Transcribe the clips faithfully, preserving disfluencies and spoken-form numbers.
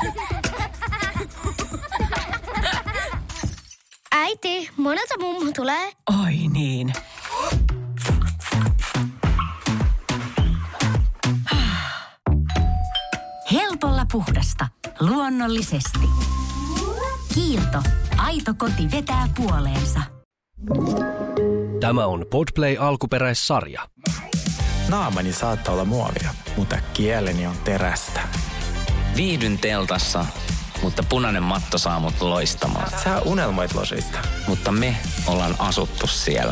Äiti, monelta mummu tulee? Oi niin. Helpolla puhdasta. Luonnollisesti. Kiilto. Aito koti vetää puoleensa. Tämä on Podplay alkuperäissarja. Naamani saattaa olla muovia, mutta kieleni on terästä. Viihdyn teltassa, mutta punainen matto saa mut loistamaan. Sä unelmoit losista. Mutta me ollaan asuttu siellä.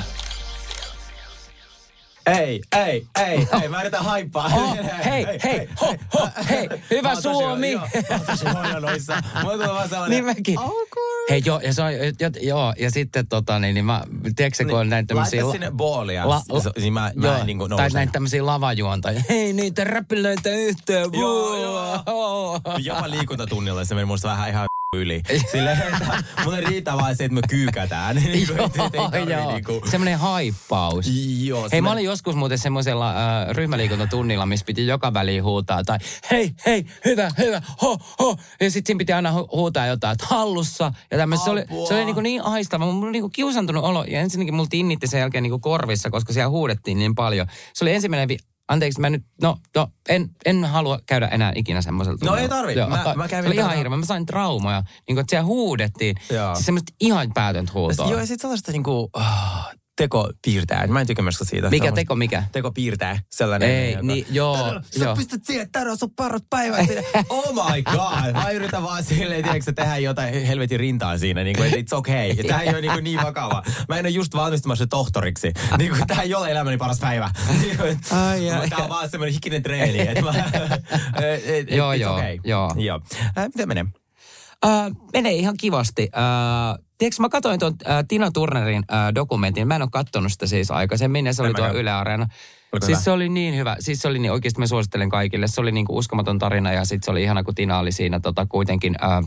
Ei, ei, ei, ei, mä yritän haippaa. Oh, hei, hei, hei, ho, ho, hei, hyvä Suomi. Mä oon tosi huono noissa. Mulla tulee vaan sellainen. Niin mäkin. Hei, joo, ja, se on, jo, joo, ja sitten tota, niin, niin mä, tiedätkö se, kun on näitä tämmöisiä... Laita sinne boolia, la, la, niin mä, joo, mä en niin kuin nousen. Tai näitä tämmöisiä lavajuontajia. Hei, niitä räpilöitä yhteen. Joo, joo. Jopa liikuntatunnilla se meni musta vähän ihan yli. Silleen, että mulle riittää vaan se, että me kyykätään. Joo, joo. Niinku... Semmoinen haippaus. Joo. Hei, mä olin joskus muuten semmoisella äh, ryhmäliikuntatunnilla, missä piti joka väliin huutaa. Tai hei, hei, hyvä, hyvä, ho, ho. Ja sit siinä piti aina hu- huutaa jotain, että hallussa. Ja tämmöistä. Se oli, se oli niin, niin ahistava. Mulla oli niin kiusantunut olo. Ja ensinnäkin mulla tinnitti sen jälkeen niin korvissa, koska siellä huudettiin niin paljon. Se oli ensimmäinen... Vi- Anteeksi, mä nyt, no, no en, en halua käydä enää ikinä semmoisella tunnilla. No ei tarvitse. Mä, mä kävin... Se oli ihan hirveä. Mä sain traumoja. Niin kuin, että siellä huudettiin. Joo. Siis semmoista ihan päätöntä huutoa. Joo, ja sitten sellaista niin kuin... Oh, teko piirtää. Mä en tykkää myöskään siitä. Mikä teko, mikä? Teko piirtää. Sellainen. Ei, joka, niin, joo. Sä joo. pistät siihen, että on sun parot päivät. Oh my god. Mä yritän vaan silleen, tiedätkö, tehdä jotain helvetin rintaan siinä. Niin kuin, että it's okay. Tää ei ole niin, kuin niin vakava. Mä en ole just valmistumassa tohtoriksi. Niin kuin, tää ei ole elämäni paras päivä. Ai, ai, tää on vaan semmoinen hikinen treeni. Et mä, et, joo, it's joo, okay. joo. joo. Äh, miten menee? Uh, menee ihan kivasti. Uh, tiedätkö, mä katsoin tuon uh, Tina Turnerin uh, dokumentin. Mä en ole katsonut sitä siis aikaisemmin, ja se oli tuo Yle Areena. Siis hyvä? Se oli niin hyvä. Siis se oli niin, oikeasti mä suosittelen kaikille. Se oli niin kuin uskomaton tarina, ja sitten se oli ihana, kun Tina oli siinä tota, kuitenkin... Uh,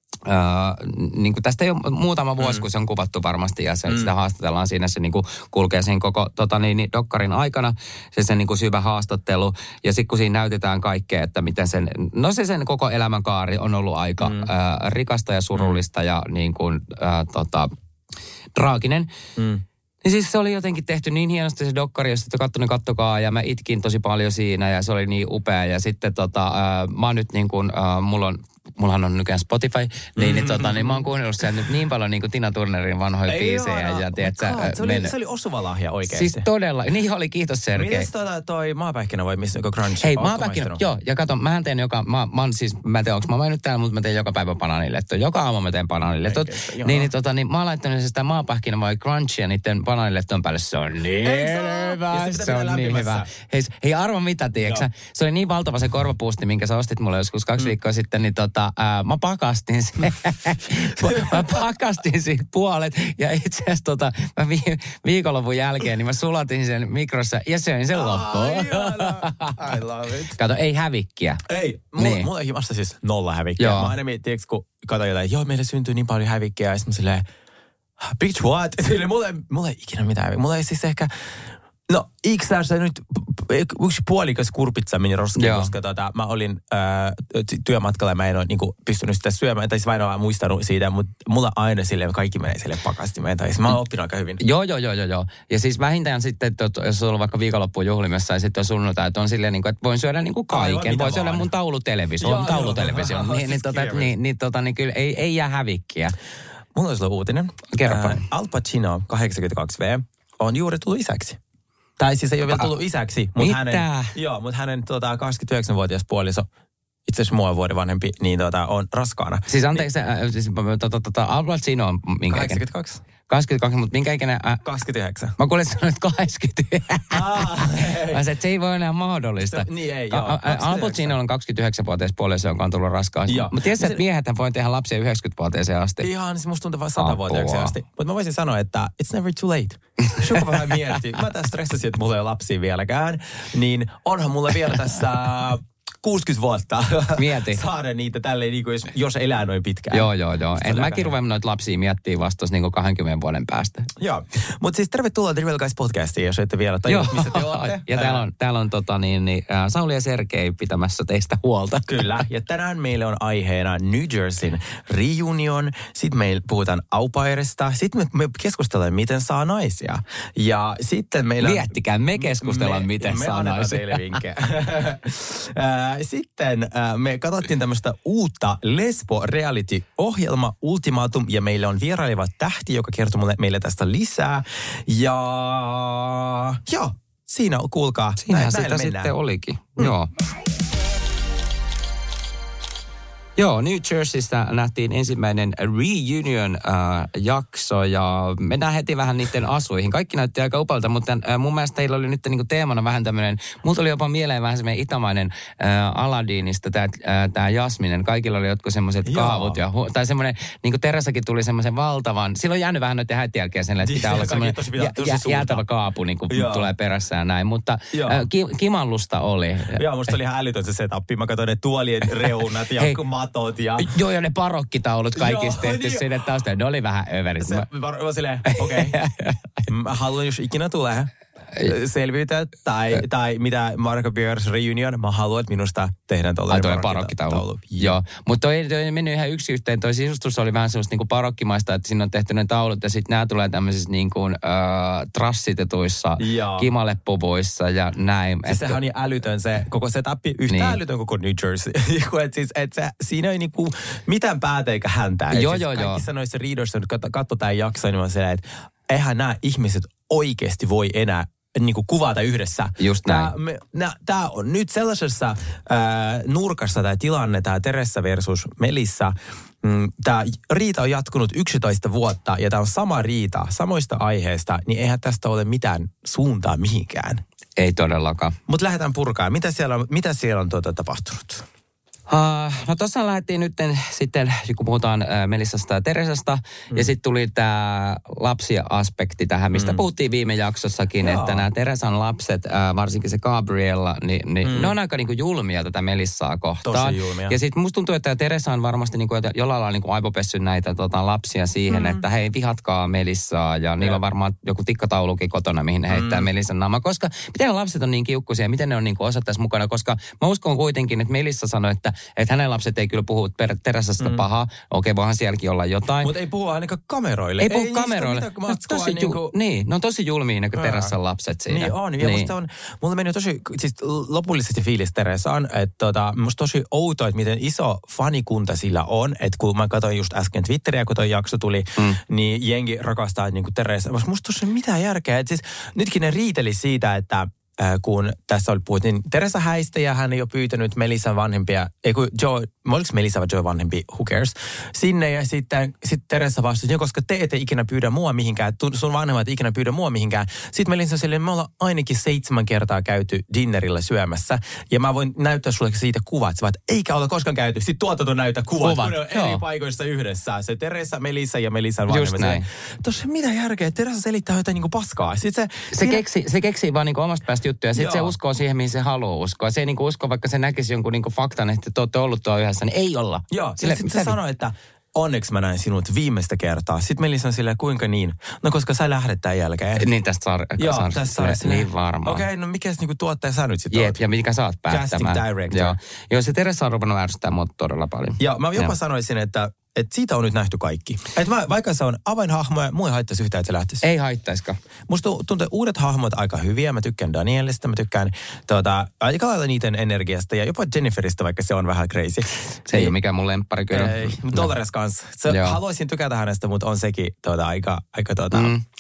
Uh, niin kuin tästä ei ole muutama vuosi, mm. kun se on kuvattu varmasti ja se, mm. sitä haastatellaan siinä, se niin kuin kulkee siinä koko tota, niin, niin, dokkarin aikana, se sen niin kuin syvä haastattelu ja sitten kun siinä näytetään kaikkea, että miten sen, no se sen koko elämänkaari on ollut aika mm. uh, rikasta ja surullista mm. ja niin kuin uh, tota, traaginen. Mm. Niin siis se oli jotenkin tehty niin hienosti se dokkari, jos ette katso, niin kattokaa. Ja mä itkin tosi paljon siinä ja se oli niin upea. Ja sitten tota, äh, mä oon nyt niin kuin, äh, mulla on, mullahan on nykyään Spotify, niin, niin, tota, niin mä oon kuunnellut sieltä nyt niin paljon niin kuin Tina Turnerin vanhoja ei biisejä. Joo, ja, tiedätkö, God, se, oli, men... se oli osuva lahja oikeasti. Siis todella, niin oli, kiitos Sergei. Mites tota, toi maapähkinä vai missä joku crunch? Hei, maapähkinä, joo, ja kato, mähän teen joka, mä, mä oon siis, mä en tiedä, onko mä vain nyt täällä, mutta mä teen joka päivä banaaniletto. Joka aamu mä teen banaanilettot. Niin, niin, tota, niin mä oon laittanut sitä maapähkinä vai crunchia niiden banaaniletton päälle. Se on niin hyvä, se, se on niin hyvä. Hei, hei arvo mitä, tiiäksä? Se oli niin valtava se korvapuusti, minkä sä ostit mulle joskus kaksi mm. viikkoa sitten, niin tota, ää, mä pakastin sen. mä pakastin siitä puolet ja itse asiassa tota, mä vi- viikonlopun jälkeen, niin mä sulatin sen mikrossa ja söin sen loppuun. I love it. Kato, ei hävikkiä. Ei, mulla, niin. mulla ei vasta siis nolla hävikkiä. Joo. Mä aina mietin, kun katsoin jotain, joo, meille syntyy niin paljon hävikkiä, ja sitten mä silleen, bitch, what? Sille, mulla, ei, mulla ei ikinä mitään hävikkiä. Mulla ei siis ehkä, no, X-lässä nyt yksi puolikas kurpitsa meni roskiin, joo. koska tota, mä olin ää, työmatkalla ja mä en ole niinku, pystynyt sitä syömään, tai vain olen muistanut siitä, mutta mulla aina silleen, kaikki menee silleen pakastimeen, tai mä oon oppinut aika hyvin. Joo, joo, joo, joo, joo. Ja siis vähintään sitten, että jos on ollut vaikka viikonloppuun juhlimassa ja sitten on sunnuntai, että on silleen, että voin syödä niinku kaiken. Voin syödä mun taulutelevisio, joo, taulutelevisio. Joo, niin, niin, tota, niin, niin, tota, niin kyllä ei, ei jää hävikkiä. Mulla olisi ollut uutinen. Kerropa. Ää, Al Pacino, kahdeksankymmentäkaksi vuotias, on juuri tullut isäksi. Tai siis ei ole vielä tullut isäksi, mutta hänen, joo, mutta hänen tota, kaksikymmentäyhdeksänvuotias puoliso, itse asiassa mua vuoden vanhempi, niin tota, on raskaana. Siis anteeksi, niin, äh, siis, tota, tota, Al Pacino on minkä kahdeksankymmentäkaksi. kaksikymmentäkaksi, mutta minkä ikinä? Äh, kaksikymmentäyhdeksän. Mä kuulin sanoa, että kahdeksankymmentäyhdeksän. Ah, ei. Mä sanoin, että se ei voi enää mahdollista. Se, niin ei, joo. Al Pacino on kaksikymmentäyhdeksänvuotias puoliso, joka on tullut raskaaksi. Mutta tiedätkö, että miehethän voi tehdä lapsia yhdeksänkymmentävuotiaaseen asti? Ihan, se musta tuntuu vain satavuotiaaksi asti. Mutta mä voisin sanoa, että it's never too late. Shukka vähän miettii. Mä tässä stressasin, että mulla ei ole lapsia vieläkään. Niin onhan mulla vielä tässä kuusikymmentä vuotta Mieti. saada niitä tälleen, niin kuin jos, jos elää noin pitkään. Joo, joo, joo. En mäkin ruvennut noita lapsia miettiä vasta niin kaksikymmentä vuoden päästä. Joo, mutta siis tervetuloa The Real Guys podcastiin, jos ette vielä tajua, missä te olette. Ja täällä on, täällä on tota, niin, niin, Sauli ja Sergei pitämässä teistä huolta. Kyllä, ja tänään meillä on aiheena New Jerseyn reunion. Sitten meillä puhutaan au pairista. Sitten me, me keskustellaan, miten saa naisia. Ja sitten meillä... Miettikää, me keskustellaan, me, miten me saa naisia. teille vinkkejä. Sitten me katsottiin tämmöistä uutta lesbo-reality-ohjelma Ultimatum, ja meillä on vieraileva tähti, joka kertoo meille tästä lisää. Ja... Joo, siinä kuulkaa. Siinähän sitä sitten olikin. Mm. Joo. Joo, New Jerseystä nähtiin ensimmäinen reunion-jakso äh, ja mennään heti vähän niiden asuihin. Kaikki näytti aika upalta, mutta äh, mun mielestä teillä oli nyt niinku teemana vähän tämmöinen, multa oli jopa mieleen vähän semmoinen itämainen äh, Aladdinista tämä äh, tää Jasminen. Kaikilla oli jotkut semmoiset kaavut ja, hu- tai semmoinen, niin kuin Teresakin tuli semmoisen valtavan, silloin on jäänyt vähän noiden häitten jälkeen sen, että pitää olla semmoinen jä, jä, jäätävä kaapu, niin kuin tulee perässä ja näin, mutta äh, ki, kimallusta oli. Joo, musta oli ihan älytön se setappi. Mä katsoin ne tuolien reunat ja matot ja... Joo, ja ne parokkitaulut kaikista tehty niin sinne taustalla. Ne oli vähän överit. Se, mä, mä silleen, okei. Okay. Mä haluan, jos ikinä tulee selviytyä tai, tai mitä Marco Beers reunion, mä haluan, että minusta tehdään tuollainen parokkitaulu. parokkitaulu. Joo, mutta toi, toi ei mennyt ihan yksi yhteen. Toi sisustus oli vähän semmoista niinku parokkimaista, että siinä on tehty ne taulut ja sitten nämä tulee tämmöisissä niinku, äh, trassitetuissa kimalepuvuissa ja näin. Siis sehän on niin älytön se koko setappi, yhtä niin. älytön koko New Jersey. et siis, et se, siinä ei niinku mitään päätä eikä häntää. Joo, siis joo, joo. Kaikissa noissa riidoissa, nyt katsotaan jaksoa, niin on se, että eihän nämä ihmiset oikeasti voi enää niin kuin kuvata yhdessä. Just näin. Tämä on nyt sellaisessa ää, nurkassa tämä tilanne, tämä Teressa versus Melissa. Mm, tämä riita on jatkunut yksitoista vuotta ja tämä on sama riita samoista aiheista, niin eihän tästä ole mitään suuntaa mihinkään. Ei todellakaan. Mutta lähdetään purkaan. Mitä siellä on, mitä siellä on tuota tapahtunut? Uh, no tuossa lähdettiin nyt sitten, kun puhutaan uh, Melissasta ja Teresasta, mm. ja sitten tuli tämä lapsia-aspekti tähän, mistä mm. puhuttiin viime jaksossakin, Jaa. että nämä Teresan lapset, uh, varsinkin se Gabriella, niin, niin mm. ne on aika niinku julmia tätä Melissaa kohtaan. Tosi julmia. Ja sitten musta tuntuu, että Teresa on varmasti niinku, jollain lailla niinku aivopessy näitä tota, lapsia siihen, mm. että hei, vihatkaa Melissaa, ja niillä on varmaan joku tikkataulukin kotona, mihin ne heittää mm. Melissan naama. Koska miten ne lapset on niin kiukkuisia, miten ne on niinku osa tässä mukana, koska mä uskon kuitenkin, että Melissa sanoi, että että hänen lapset ei kyllä puhu Teresasta mm. pahaa. Okei, voihan sielläkin olla jotain. Mutta ei puhu ainakaan kameroille. Ei puhu ei kameroille. No, tosi niin, kuin... niin, ne on tosi julmia ne Teresan lapset siinä. Niin on. Ja niin. musta on, mulla meni tosi, siis lopullisesti fiilis Teresaan, että tota, musta tosi outoa, että miten iso fanikunta sillä on. Että kun mä katsoin just äsken Twitteriä, kun toi jakso tuli, mm. niin jengi rakastaa niin kuin Teresa. Musta tosi mitään järkeä. Että siis nytkin ne riiteli siitä, että kun tässä oli puhuttiin Teresa häistä ja hän ei ole pyytänyt Melissan vanhempia, ei kun Joe, oliko Melissa vai Joe vanhempi, who cares, sinne ja sitten sit Teresa vastasi, koska te ette ikinä pyydä mua mihinkään, sun vanhemmat ei ikinä pyydä mua mihinkään. Sitten Melissa silleen, me ollaan ainakin seitsemän kertaa käyty dinnerillä syömässä ja mä voin näyttää sulle siitä kuvat, vaan eikä ole koskaan käyty. Sitten tuotanto näyttää kuvat, kuvat. kun eri paikoissa yhdessä. Se Teresa, Melissa ja Melissan vanhemmat. Just näin. Tuossa mitä järkeä, Teresa selittää jotain niinku paskaa. Sitten se, se, keksi, se keksii vaan niinku omasta päästä juttuja. Sitten se uskoo siihen, mihin se haluaa uskoa. Se ei niinku usko, vaikka se näkisi jonkun niinku faktan, että te olette ollut tuolla yhdessä, niin ei olla. Joo, Sille, sitten se sanoi, että onneksi mä näin sinut viimeistä kertaa. Sitten Melissa on silleen, kuinka niin? No koska sä lähdet tämän jälkeen. Niin tästä sar- Joo, tästä sarjasta. Niin varmaan. Okei, okay, no mikäs niinku tuottaja sä nyt sitten Jep, ja mikä sä oot päättämään. Casting director. Joo, Joo se Teresa on ruvennut ärsyttää mua todella paljon. Joo, mä jopa Joo. sanoisin, että että siitä on nyt nähty kaikki. Että vaikka se on avainhahmoja, mua ei haittaisi yhtään, että se lähtisi. Ei haittaisikaan. Musta tuntuu uudet hahmot aika hyviä. Mä tykkään Danielista, mä tykkään tuota, aika lailla niiden energiasta ja jopa Jenniferistä, vaikka se on vähän crazy. Se ei ole mikään mun lemppari kyllä. Ei, mutta Dolores kanssa. Se, haluaisin tykätä hänestä, mutta on sekin tuota, aika... aika tuota... mm. uh,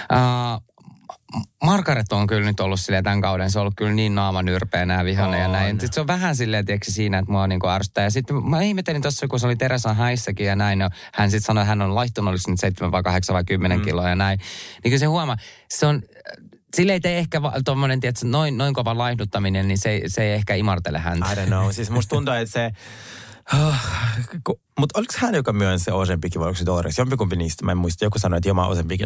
Margaret on kyllä nyt ollut silleen tämän kauden, se on ollut kyllä niin naamanyrpeä nämä vihainen ja näin. Sitten se on vähän silleen, tiedätkö, siinä, että mua niinku ärsyttää. Ja sitten mä ihmettelin tuossa, kun se oli Teresan häissäkin ja näin. No, hän sitten sanoi, että hän on laihtunut, oliko nyt seitsemän vai kahdeksan vai kymmenen mm. kiloa ja näin. Niin kyllä se huomaa, se on... Sille ei tee ehkä tuommoinen, tiedätkö, noin, noin kova laihduttaminen, niin se, se ei ehkä imartele häntä. I don't know. Siis musta tuntuu, että se... Oh, mutta oliko hän, joka myönsi se Ozempikin vai oliko se Dolores? Jompikumpi niistä, mä en muista. Joku sanoi, että joo, mä Ozempikillä.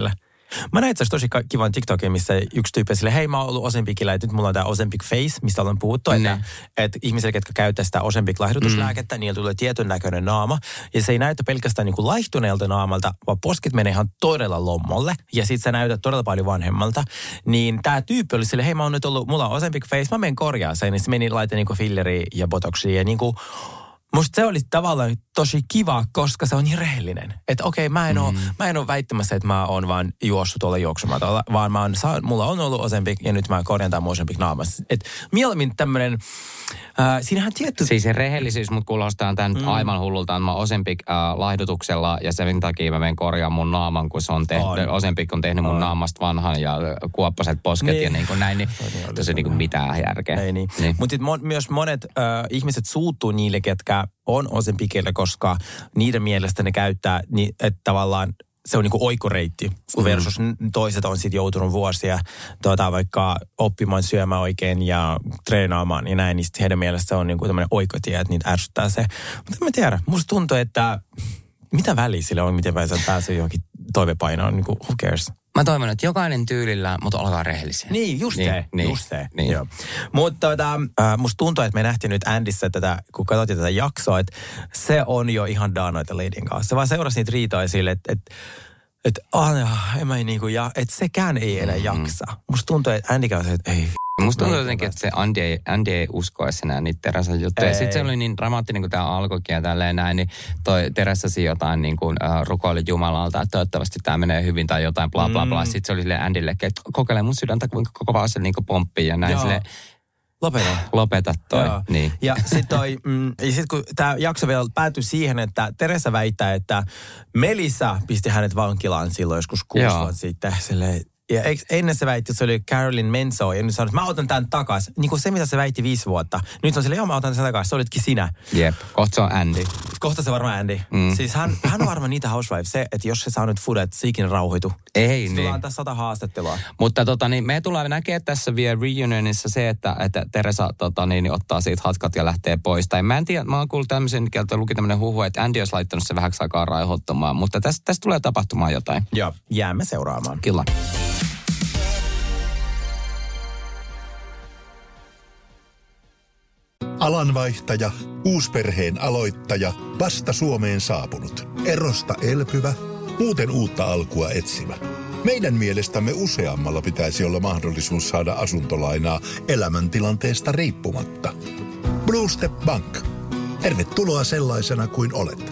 Mä näin itse asiassa tosi kivan TikTokin, missä yksi tyyppi sille, hei mä oon ollut Ozempicilla, että nyt mulla on tää Ozempic Face, mistä ollaan puhuttu, että, Mm. että ihmisille, ketkä käyttää sitä Ozempic-laihdutuslääkettä, mm. niillä tulee tietyn näköinen naama. Ja se ei näytä pelkästään niin kuin laihtuneelta naamalta, vaan poskit menee ihan todella lommolle. Ja sit sä näytät todella paljon vanhemmalta. Niin tää tyyppi oli sille, hei mä oon nyt ollut, mulla on Ozempic Face, mä menen korjaa sen. Niin se meni laittaa niinku filleria ja botoxia ja niinku... Musta se oli tavallaan tosi kiva, koska se on niin rehellinen. Että okei, mä en mm. ole, mä en ole väittämässä, että mä oon vaan juossut tuolla juoksumatolla, vaan mä oon, mulla on ollut Ozempic ja nyt mä korjaan tämän Ozempic naamassa. Että mieluummin tämmönen, äh, siinähän tietty... Siis se rehellisyys mut kuulostaa tämän mm. aivan hullulta. Mä Ozempic äh, laihdutuksella ja sen takia mä menen korjaan mun naaman, kun se on tehnyt, on. Ozempic on tehnyt mun on. naamasta vanhan ja kuoppaset posket niin. ja niin kuin näin, niin tässä ei niin kuin mitään järkeä. Ei niin. niin. Mutta mo- myös monet äh, ihmiset suuttuu niille, ketkä on Ozempicilla, koska niiden mielestä ne käyttää, niin, että tavallaan se on niinku oikoreitti, kun versus mm. toiset on sitten joutunut vuosia tuota, vaikka oppimaan syömään oikein ja treenaamaan ja näin, niin sitten heidän mielestä se on niinku tämmöinen oikotie, että niitä ärsyttää se. Mutta en mä tiedä, musta tuntuu, että mitä väliä sillä on, miten päin sä pääsee johonkin toivepainoon, niinku who cares? Mä toivon, että jokainen tyylillä, mutta olkaa rehellisiä. Niin, just niin, se. Niin, just se. Niin. Joo. Mutta tota, äh, musta tuntuu, että me nähtiin nyt Andyssä tätä, kun katsottiin tätä jaksoa, että se on jo ihan daanoita Ladyn kanssa. Se vaan seurasi niitä riitoja sille, että et, et, ah, en mä niinku, ja, että sekään ei enää jaksa. Mm. Musta tuntuu, että Andy kanssa, että ei. Musta tuntuu jotenkin, että se Andy ei, Andy ei uskoisi enää niitä Teresa juttuja. Sitten se oli niin dramaattinen kuin tämä alkoikin ja tälleen näin, niin toi Teresasi jotain niin kuin äh, rukoili Jumalalta, että toivottavasti tämä menee hyvin tai jotain bla bla bla. Mm. Sitten se oli silleen Andylle, että kokeile mun sydäntä, kuinka koko vaan se niin kuin pomppii ja näin silleen. Lopeta. Lopeta toi. Niin. Ja sitten toi, mm, ja sit kun tämä jakso vielä päätyi siihen, että Teresa väittää, että Melissa pisti hänet vankilaan silloin joskus kuusi vuotta sitten. Silleen, ja ennen se väitti, että se oli Carolyn Menzo, ja nyt sanoi, että mä otan tämän takaisin. Niin kuin se, mitä se väitti viisi vuotta. Nyt se on silleen, joo, mä otan sen takaisin. Se olitkin sinä. Jep, kohta se on Andy. Kohta se varmaan Andy. Mm. Siis hän, hän on varmaan niitä housewives, se, että jos se saa nyt fudet, se ikinä rauhoitu. Ei se niin. Tullaan tässä sata haastattelua. Mutta tota, niin, me tullaan näkemään tässä vielä reunionissa se, että, että Teresa tota, niin, ottaa siitä hatkat ja lähtee pois. Tai mä en tiedä, mä oon kuullut tämmöisen, keltä luki tämmöinen huhu, että Andy olisi laittanut se vähäksi aikaa raihoittamaan. Mutta tästä, tästä tulee tapahtumaan jotain. Joo, jäämme seuraamaan. Kyllä. Alanvaihtaja, uusperheen aloittaja, vasta Suomeen saapunut, erosta elpyvä, muuten uutta alkua etsimä. Meidän mielestämme useammalla pitäisi olla mahdollisuus saada asuntolainaa elämäntilanteesta riippumatta. Blue Step Bank. Tervetuloa sellaisena kuin olet.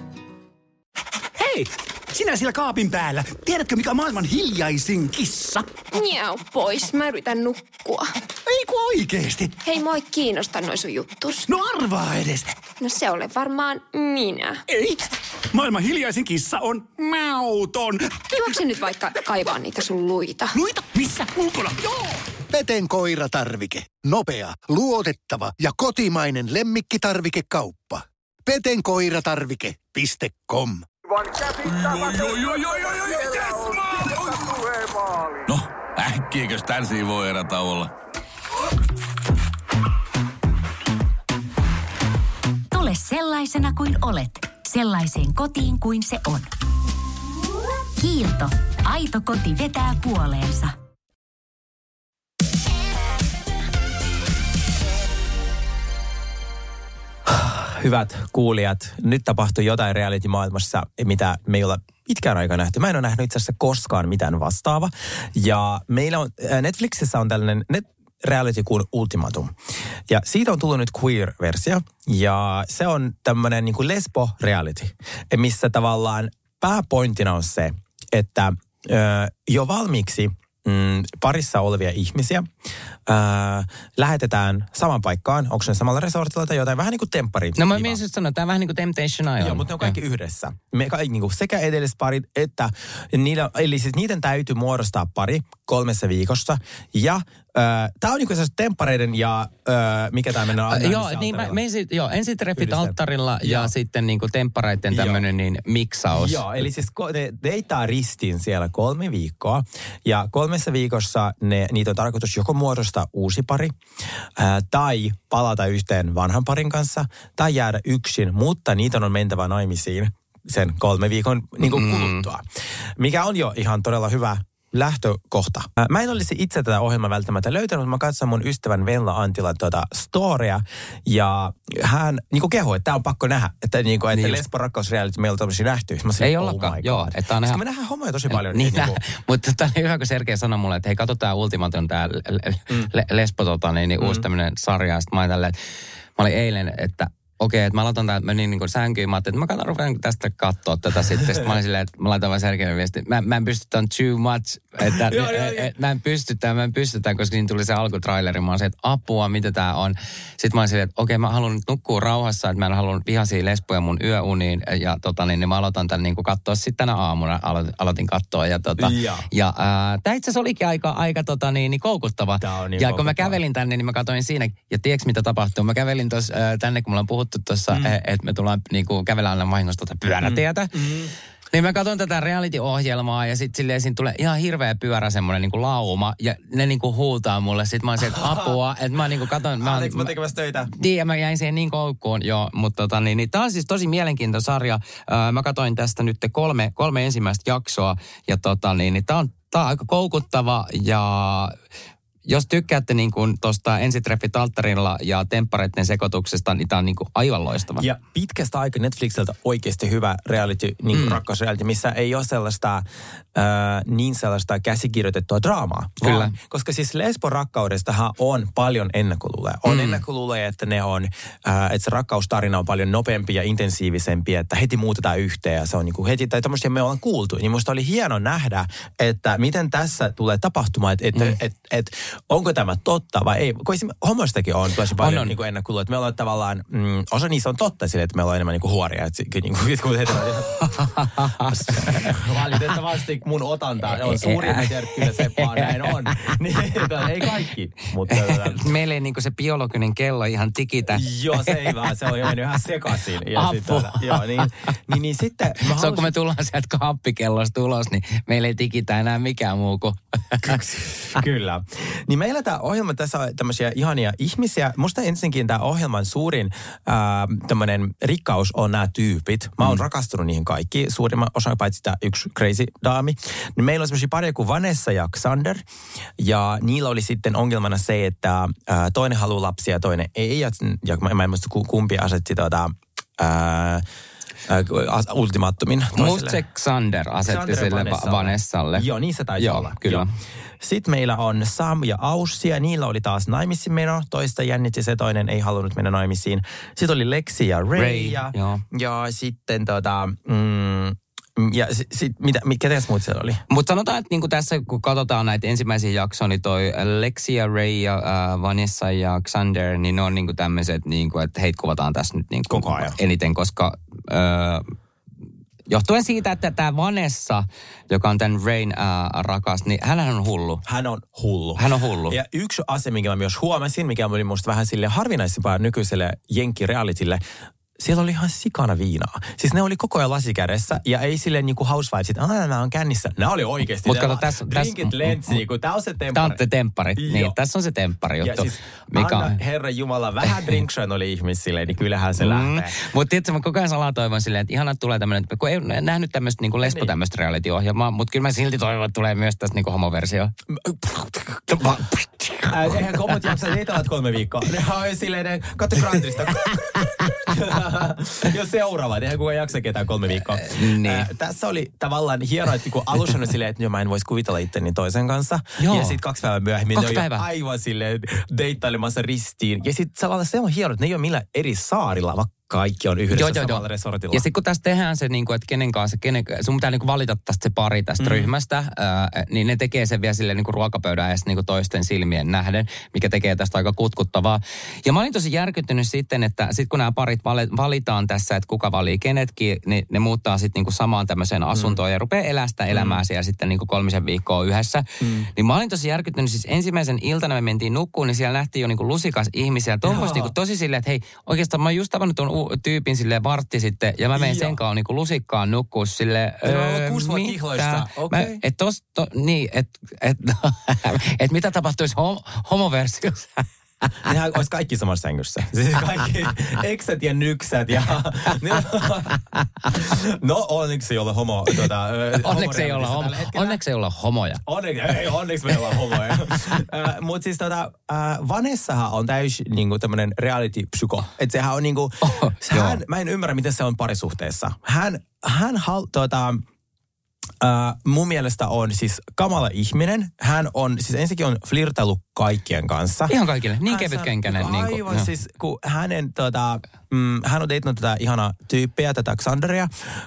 Hei! Sinä siellä kaapin päällä. Tiedätkö, mikä on maailman hiljaisin kissa? Miau pois, mä yritän nukkua. Ei kun oikeesti. Hei, moi kiinnosta noi sun juttus. No arvaa edes. No se ole varmaan minä. Ei. Maailman hiljaisin kissa on mauton. Juokse nyt vaikka kaivaa niitä sun luita. Luita? Missä? Ulkona? Joo! Peten koiratarvike. Nopea, luotettava ja kotimainen lemmikkitarvikekauppa. peten koiratarvike piste com. No, äkkiäkös tän siivoo erätauolla? Tule sellaisena kuin olet, sellaiseen kotiin kuin se on. Kiilto. Aito koti vetää puoleensa. Hyvät kuulijat, nyt tapahtui jotain reality-maailmassa, mitä me ei olla pitkään aikaa nähty. Mä en ole nähnyt itse asiassa koskaan mitään vastaava. Ja meillä on, Netflixissä on tällainen net reality kuin Ultimatum. Ja siitä on tullut nyt queer-versio. Ja se on tämmöinen niin kuin lesbo-reality, missä tavallaan pääpointtina on se, että ö, jo valmiiksi Mm, parissa olevia ihmisiä ää, lähetetään saman paikkaan. Onko ne samalla resortilla tai jotain? Vähän niin kuin temppari. No mä mietin sanoa, tämä on vähän niin kuin Temptation Island. Joo, mutta ne on kaikki ja. yhdessä. Me, niin kuin sekä edelliset parit että niillä, eli siis niiden täytyy muodostaa pari kolmessa viikossa. Ja tämä on niin kuin temppareiden ja ää, mikä tämä mennään? Uh, joo, niin mä, me ensin, joo, ensin treffit alttarilla ja, ja sitten niin kuin temppareiden tämmöinen niin miksaus. Joo, eli siis ne deitaa ristiin siellä kolme viikkoa. Ja kolmessa viikossa ne, niitä on tarkoitus joko muodostaa uusi pari ää, tai palata yhteen vanhan parin kanssa tai jäädä yksin, mutta niitä on mentävä naimisiin sen kolme viikon niin kuin kuluttua. Mikä on jo ihan todella hyvä lähtökohta. Mä en olisi itse tätä ohjelmaa välttämättä löytänyt, mutta mä katson mun ystävän Venla Antilan tuota storya, ja hän niin kuin kehui, että tää on pakko nähdä, että, niin kuin, että niin Lesbon rakkausreality meillä on tämmöisiä nähty. Mä sanoin, ei oh ollakaan, joo. Että on koska ihan... me nähdään homoja tosi paljon. Niin, niin, niin kuin... mutta tämä oli hyvä, kun Sergei sanoi mulle, että hei, katso tää Ultimaton, tää mm. le- Lesbo, tota, niin, niin mm. uusi tämmöinen sarja. Sitten mä olin tälleen, mä olin eilen, että okei, okay, että mä aloitan tämän, menin niin kuin sänkyyn, mä ajattelin, että mä rupean tästä katsoa tätä sitten. Sitten mä olin silleen, että mä laitan vaan Sergeille viesti, mä, mä en pysty tämän too much, että joo, joo, joo. Et, mä en pysty tämän, mä en pysty tämän, koska siinä tuli se alkutraileri. Mä olin se, että apua, mitä tää on. Sitten mä olin silleen, että okei, okay, mä haluan nyt nukkua rauhassa, että mä en halua vihaisia lesboja mun yöuniin. Ja tota niin, niin mä aloitan tämän niin kuin katsoa sitten tänä aamuna, aloitin, aloitin katsoa. Ja, tota, ja. ja äh, tää itse asiassa olikin aika, aika tota niin, niin koukuttava. Niin ja kun mä kävelin tänne, niin mä katsoin siinä, ja tiedätkö mitä tapahtuu? Mä kävelin tuossa äh, tänne, kun mulla on puhuttu tuossa, mm. että me tullaan niinku kävellään aina vahingossa tuota pyörätietä. Mm. Mm. Niin mä katson tätä reality-ohjelmaa ja sit silleen siinä tulee ihan hirveä pyörä semmoinen niinku lauma ja ne niinku huutaa mulle. Sit mä oon sieltä apua, että mä niinku katon. Mä Oletko mä tekemässä töitä? Niin ja mä jäin siihen niin koukkuun, joo. Mutta tota niin, niin tää on siis tosi mielenkiintoinen sarja. Öö, mä katoin tästä nyt kolme, kolme ensimmäistä jaksoa ja tota niin, niin tää on, tää on aika koukuttava ja... Jos tykkäätte niin kuin tuosta ensitreffit alttarilla ja temppareiden sekoituksesta, niin tämä on niin kuin aivan loistava. Ja pitkästä aikaa Netflixiltä oikeasti hyvä reality, niin kuin mm. rakkausreality, missä ei ole sellaista äh, niin sellaista käsikirjoitettua draamaa. Kyllä. Vaan, koska siis Lesbon rakkaudestahan on paljon ennakkoluuleja. On mm. ennakkoluuleja, että ne on, äh, että se rakkaustarina on paljon nopeampi ja intensiivisempi, että heti muutetaan yhteen ja se on niin kuin heti, tai tämmöisiä me ollaan kuultu. Niin musta oli hieno nähdä, että miten tässä tulee tapahtumaan, että et, mm. et, et, et, onko tämä totta vai ei? Kun esimerkiksi homoistakin on tosi paljon niin ennakkoluuloja, että meillä on tavallaan, mm, osa niissä on totta sille, että meillä on enemmän niin kuin huoria. Että niin kuin, kun valitettavasti mun otanta on suurin, mä tiedän, kyllä se vaan näin on. Niin, ei kaikki. Mutta, meillä ei niin kuin se biologinen kello ihan tikitä. Joo, se ei vaan, se on jo mennyt ihan sekaisin. Ja Apua. Sit, joo, niin, niin, niin sitten... Se halusin... on, kun me tullaan sieltä kaappikellosta ulos, niin meillä ei tikitä enää mikään muu kuin... Kyllä. Niin meillä tämä ohjelma, tässä on tämmöisiä ihania ihmisiä. Musta ensinnäkin tämä ohjelman suurin ää, tämmöinen rikkaus on nämä tyypit. Mä oon mm. rakastunut niihin kaikki. Suurimman osan paitsi tämä yksi crazy daami. Niin meillä on semmoisia pareja kuin Vanessa ja Xander. Ja niillä oli sitten ongelmana se, että ää, toinen haluaa lapsia ja toinen ei. Ja, ja mä, mä en muista kumpi asetti tuota... Ää, ultimaattumin toiselle. Musta se Xander asetti Xander sille Vanessalle. Vanessalle. Joo, niin se taisi Joo, olla. Kyllä. Joo. Sitten meillä on Sam ja Aussi, ja niillä oli taas naimisiin meno. Toista jännitti se, toinen ei halunnut mennä naimisiin. Sitten oli Lexi ja Ray. Ray ja, joo. ja sitten tota... Mm, ja sitten, mitä, ketäs muut siellä oli? Mutta sanotaan, että niinku tässä, kun katsotaan näitä ensimmäisiä jaksoja, niin toi Lexi ja Ray ja äh, Vanessa ja Xander, niin ne on niinku tämmöiset, niinku, että heitä kuvataan tässä nyt niinku koko ajan eniten, koska... Äh, johtuen siitä, että tämä Vanessa, joka on tämän Rain ää, rakas, niin hän on hullu. Hän on hullu. Hän on hullu. Ja yksi asia, minkä mä myös huomasin, mikä oli musta vähän sille harvinaisempaa nykyiselle jenkki-realitille, siellä oli ihan sikana viinaa. Siis ne oli koko ajan lasikädessä ja ei silleen niinku housewives, että aina nämä on kännissä. Nämä oli oikeasti. Mutta kato, tässä... Drinkit lentsi, niinku, tää on se temppari. Tämä on se temppari. Niin, tässä on se temppari juttu. Ja siis mikä anna Herran Jumala, vähän drinkshon oli ihmisille, niin kyllähän se mm. lähtee. Mutta tiedätkö, mä koko ajan salaa toivon silleen, että ihanat tulee tämmöinen, kun ei nähnyt tämmöistä niinku lesbo tämmöistä reality-ohjelmaa, mutta kyllä mä silti toivon, että tulee myös tästä niinku homoversio. Eihän komot jaksa, niitä olet kolme viikkoa. Ne on silleen, katso Grandrista. Jo seuraava, eihän kukaan jaksa ketään kolme viikkoa. Niin. Äh, tässä oli tavallaan hienoa, että kun alussa on silleen, että jo mä en voisi kuvitella itteni toisen kanssa. Joo. Ja sitten kaksi päivää myöhemmin kaksi ne on päivää. jo aivan silleen deittailemassa ristiin. Ja sitten se on hienoa, että ne ei ole millään eri saarilla, vaikka kaikki on yhdessä joo, samalla joo. resortilla. Ja sitten kun tässä tehdään se, niin kuin, että kenen kanssa, kenen, sun pitää niin kuin valita tästä se pari tästä mm. ryhmästä, ää, niin ne tekee sen vielä silleen niin kuin ruokapöydän edes niin kuin toisten silmien nähden, mikä tekee tästä aika kutkuttavaa. Ja mä olin tosi järkyttynyt sitten, että sitten kun nämä parit valitaan tässä, että kuka valii kenetkin, niin ne muuttaa sitten niin kuin samaan tämmöiseen asuntoon mm. ja rupeaa elästä elämää siellä mm. sitten niin kuin kolmisen viikkoa yhdessä. Mm. Niin mä olin tosi järkyttynyt, siis ensimmäisen iltana me mentiin nukkuun, niin siellä nähtiin jo niin kuin lusikas ihmisiä. Tuommoista niin kuin tosi silleen, että hei, oikeastaan mä oon just tavannut tuon tyypin silleen vartti sitten, ja mä menen sen kanssa niinku lusikkaan nukkuu silleen, öö, kuusi vuotta kihloista, okei. Okay. Että tos, to, niin, että et, et, mitä tapahtuisi hom, homoversiossa? Nehän olisi kaikki samassa sängyssä. Siis kaikki eksät ja nyksät ja... No onneksi ei ole homo... Tuota, onneksi, ei olla homo, onneksi ei olla homoja. Onneksi, ei, onneksi me ollaan homoja. Mutta siis tota, Vanessahan on täys niinku tämmönen reality-psyko. Että sehän on niinku... Oh, hän, mä en ymmärrä, miten se on parisuhteessa. Hän, hän hal, tuota, Uh, mun mielestä on siis kamala ihminen. Hän on, siis ensinnäkin on flirtailu kaikkien kanssa. Ihan kaikille, niin kevytkenkäinen. Aivan, niin kuin, siis kun hänen, tota, mm, hän on deitinut tätä ihanaa tyyppiä, tätä Xanderia,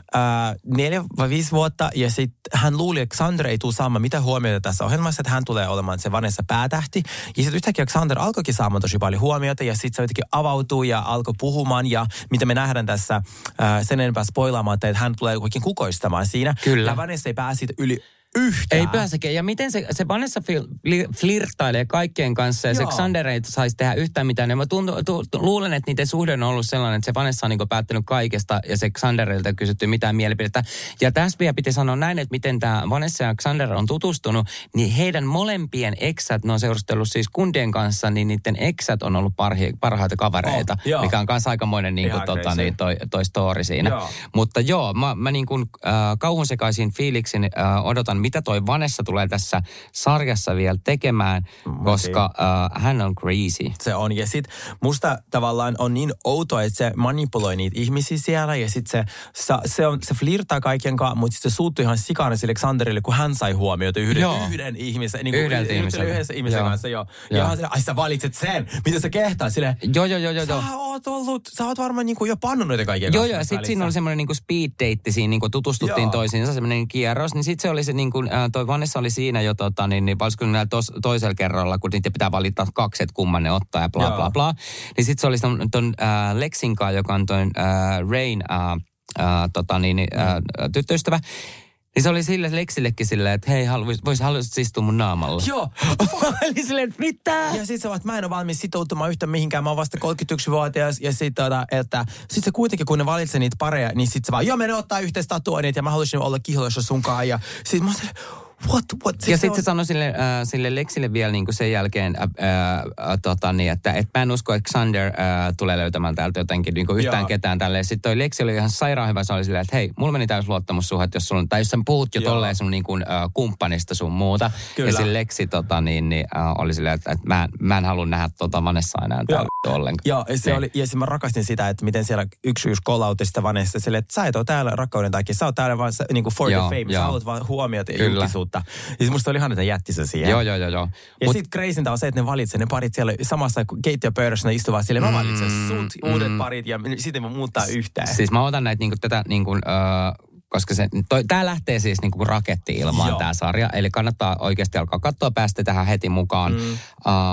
uh, neljä vai viisi vuotta, ja sitten hän luuli, että Xander ei tule saamaan mitä huomiota tässä ohjelmassa, että hän tulee olemaan se Vanessa päätähti. Ja sitten yhtäkkiä Xander alkoikin saamaan tosi paljon huomiota, ja sitten se jotenkin avautui ja alkoi puhumaan, ja mitä me nähdään tässä, uh, sen enempää spoilaamaan, että hän tulee oikein kukoistamaan siinä. Kyllä. Ja Vanessa ei pääse siitä yli yhtään. Ei pääsekään. Ja miten se, se Vanessa flirttailee kaikkien kanssa ja Joo. se Xander ei saisi tehdä yhtään mitään. Ja mä tuntu, tu, tu, luulen, että niiden suhde on ollut sellainen, että se Vanessa on niin päättänyt kaikesta ja se Xanderilta on kysytty mitään mielipidettä. Ja tässä vielä piti sanoa näin, että miten tämä Vanessa ja Xander on tutustunut, niin heidän molempien eksät, ne on seurustellut siis kundien kanssa, niin niiden eksät on ollut parhi, parhaita kavereita, oh, mikä on kanssa aikamoinen niin kuin, tota, niin, toi, toi story siinä. Joo. Mutta joo, mä, mä niin kuin äh, kauhun sekaisin fiiliksin äh, odotan, mitä toi Vanessa tulee tässä sarjassa vielä tekemään, koska uh, hän on crazy. Se on, ja sit musta tavallaan on niin outoa, että se manipuloi niitä ihmisiä siellä, ja sit se, se, se, on, se flirtaa kaiken kanssa, mutta sitten se suuttui ihan sikana sille Xanderille, kun hän sai huomiota yhden, yhden ihmisen. Niin Yhdeltä ihmisen. Yhdessä ihmisen joo. kanssa, joo. joo. Ja hän sille, ai sä valitset sen, mitä sä kehtaa sille. Joo, joo, joo, joo. Sä oot ollut, sä oot varmaan niin kuin jo pannut noita kaikkia. Joo, joo, ja sit siinä oli semmoinen niin kuin speed date, siinä niin kuin tutustuttiin joo. toisiinsa, semmoinen kierros, niin sit se oli se niin kuin, toi Vanessa oli siinä jo tota, niin, niin paljon näillä tos, toisella kerralla, kun niitä pitää valita kaksi, että kumman ne ottaa ja bla bla bla. Niin sitten se oli ton, ton äh, Lexinkaan, joka on ton äh, Rain äh, äh, tota, niin, äh, tyttöystävä. Niin se oli sille Lexillekin silleen, että hei, vois haluaisit istua mun naamalla. Joo. Eli silleen, että mitä? Ja sit sä vaan, mä en ole valmis sitoutumaan yhtä mihinkään, mä oon vasta kolmekymmentäyksivuotias. Ja sit, tota, että sit se kuitenkin, kun ne valitsee niitä pareja, niin sit se vaan, joo, me ne ottaa yhteistä tatuoinnit ja mä haluaisin olla kihloissa sunkaan. Ja sit mä oon silleen, what, what? Ja sitten se sanoi sille, äh, sille Lexille vielä niin kuin sen jälkeen, äh, äh, tota, niin, että et mä en usko, että Xander äh, tulee löytämään täältä jotenkin niin kuin yhtään Jaa. ketään tälleen. Sitten toi Lexi oli ihan sairaan hyvä, se oli silleen, että hei, mulla meni täys luottamussuhde, jos sulla, tai jos sä puhut jo Jaa. tolleen sun niin kuin, äh, kumppanista sun muuta. Kyllä. Ja sille Lexi tota, niin, niin, äh, oli silleen, että, että mä, mä en halua nähdä tota Vanessa enää täällä ollenkaan. Joo, se niin. oli, ja mä rakastin sitä, että miten siellä yksi yksi kolautti sitä Vanessa silleen, että sä et ole täällä rakkauden takia, sä oot täällä vaan niin kuin for Joo, the fame, jo. sä haluat vaan huomiota ja julkisuutta. Ja musta oli ihan, että jätti se siihen. Joo, joo, joo. joo. Ja Mut... sitten crazinta on se, että ne valitsee ne parit siellä samassa keittiöpöydässä, ne istuvat silleen, mä valitsen mm, sut, mm, uudet parit ja sitten mä muuttaa yhtään. Siis mä otan näitä niinku tätä niinku, äh, koska se, toi, tää lähtee siis niinku raketti ilmaan Joo. tää sarja. Eli kannattaa oikeasti alkaa katsoa, päästä tähän heti mukaan. Mm. Uh,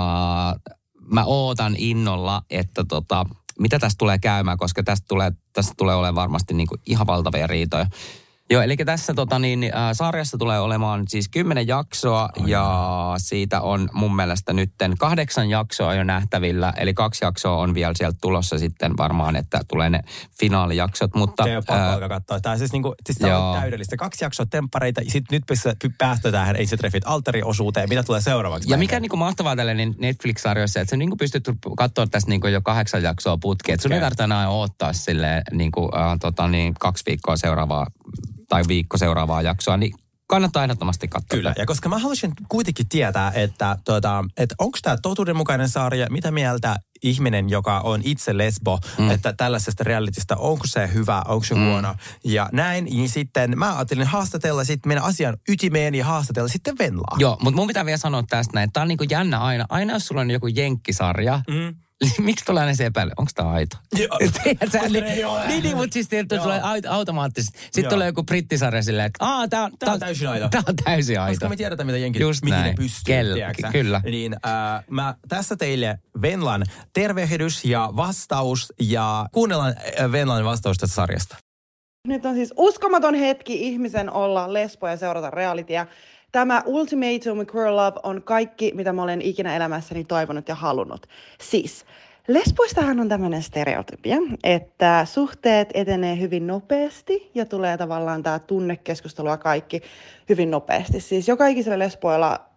mä ootan innolla, että tota, mitä tästä tulee käymään, koska tästä tulee, tästä tulee olemaan varmasti niinku ihan valtavia riitoja. Joo, eli tässä tota, niin, äh, sarjassa tulee olemaan siis kymmenen jaksoa Ai ja siitä on mun mielestä nytten kahdeksan jaksoa jo nähtävillä. Eli kaksi jaksoa on vielä sieltä tulossa sitten varmaan, että tulee ne finaalijaksot. Mutta, se on pakko alkaa katsoa. Tämä siis, niinku, siis tämä on täydellistä. Kaksi jaksoa temppareita, sitten nyt päästetään Ei se treffit altari-osuuteen. Mitä tulee seuraavaksi? Ja mikä niinku mahtavaa tälle niin Netflix-sarjoissa, että sä niinku pystyt katsoa tästä niinku jo kahdeksan jaksoa putkeen. Sun okay. ei tarvitse enää odottaa silleen niinku, äh, tota, niin, kaksi viikkoa seuraavaa tai viikko seuraavaa jaksoa, niin kannattaa ehdottomasti katsoa. Kyllä, ja koska mä haluaisin kuitenkin tietää, että, tuota, että onko tämä totuudenmukainen sarja, mitä mieltä ihminen, joka on itse lesbo, mm. että tällaisesta realitista, onko se hyvä, onko se mm. huono, ja näin, niin sitten mä ajattelin haastatella sitten mennä asian ytimeen ja haastatella sitten Venlaa. Joo, mutta mun pitää vielä sanoa tästä näin, että tää on niinku jännä aina, aina jos sulla on joku jenkkisarja, mm. miksi tulee aina se epäily? Onko tämä aito? Joo, niin, niin, niin, mutta siis tulee automaattisesti. Sitten tulee joku brittisarja silleen, että aah, tämä on, tää on täysin aito. Tämä on täysin aito. Koska me tiedetään, mitä jenkit, Just mihin näin. ne pystyy. Kel, kyllä. Niin äh, mä tässä teille Venlan tervehdys ja vastaus ja kuunnellaan Venlan vastaus tästä sarjasta. Nyt on siis uskomaton hetki ihmisen olla lesbo ja seurata realitya. Tämä Ultimatum Queer Love on kaikki, mitä mä olen ikinä elämässäni toivonut ja halunnut. Siis, lesboistahan on tämmöinen stereotypia, että suhteet etenee hyvin nopeasti ja tulee tavallaan tämä tunnekeskustelu ja kaikki hyvin nopeasti. Siis joka ikisellä lesboilla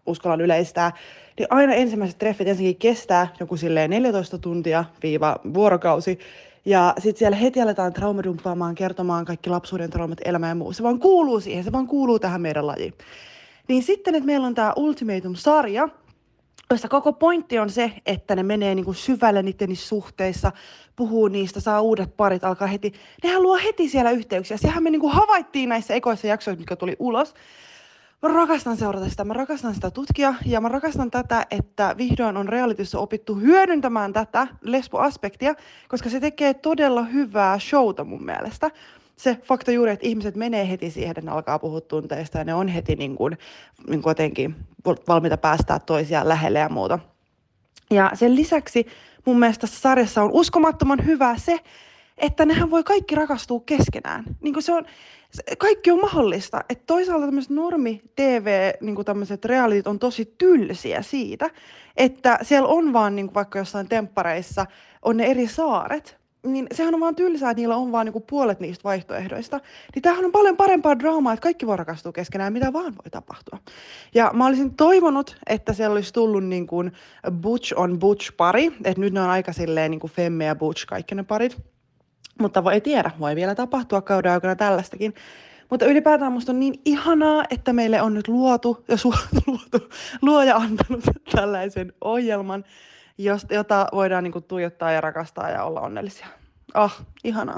uskallan yleistää, niin aina ensimmäiset treffit ensinnäkin kestää joku silleen neljätoista tuntia viiva vuorokausi. Ja sitten siellä heti aletaan traumadumppaamaan, kertomaan kaikki lapsuuden traumat, elämä ja muu. Se vaan kuuluu siihen, se vaan kuuluu tähän meidän lajiin. Niin sitten, että meillä on tämä Ultimatum-sarja, jossa koko pointti on se, että ne menee niinku syvälle niiden suhteissa, puhuu niistä, saa uudet parit, alkaa heti. Nehän luo heti siellä yhteyksiä. Sehän me niinku havaittiin näissä ekoissa jaksoissa, mitkä tuli ulos. Mä rakastan seurata sitä, mä rakastan sitä tutkia ja mä rakastan tätä, että vihdoin on realityssä opittu hyödyntämään tätä lesboaspektia, koska se tekee todella hyvää showta mun mielestä. Se fakta juuri, että ihmiset menee heti siihen, että ne alkaa puhua tunteista ja ne on heti niin kuin, niin kuin jotenkin valmiita päästää toisiaan lähelle ja muuta. Ja sen lisäksi mun mielestä tässä sarjassa on uskomattoman hyvää se, että nehän voi kaikki rakastua keskenään. Niin kuin se on, kaikki on mahdollista. Että toisaalta tämmöiset normi-T V, niin kuin tämmöiset realityt on tosi tylsiä siitä, että siellä on vaan niin kuin vaikka jossain temppareissa on ne eri saaret. Niin sehän on vaan tylsää, että niillä on vaan niinku puolet niistä vaihtoehdoista. Niin tämähän on paljon parempaa draamaa, että kaikki voi rakastua keskenään, mitä vaan voi tapahtua. Ja mä olisin toivonut, että siellä olisi tullut niin kuin Butch on Butch-pari. Että nyt ne on aika silleen niin kuin Femme ja Butch, kaikki ne parit. Mutta voi, ei tiedä, voi vielä tapahtua kauden aikana tällaistakin. Mutta ylipäätään musta on niin ihanaa, että meille on nyt luotu ja su- luotu, luoja antanut tällaisen ohjelman, jota voidaan niinku tuijottaa ja rakastaa ja olla onnellisia. Ah, ihanaa.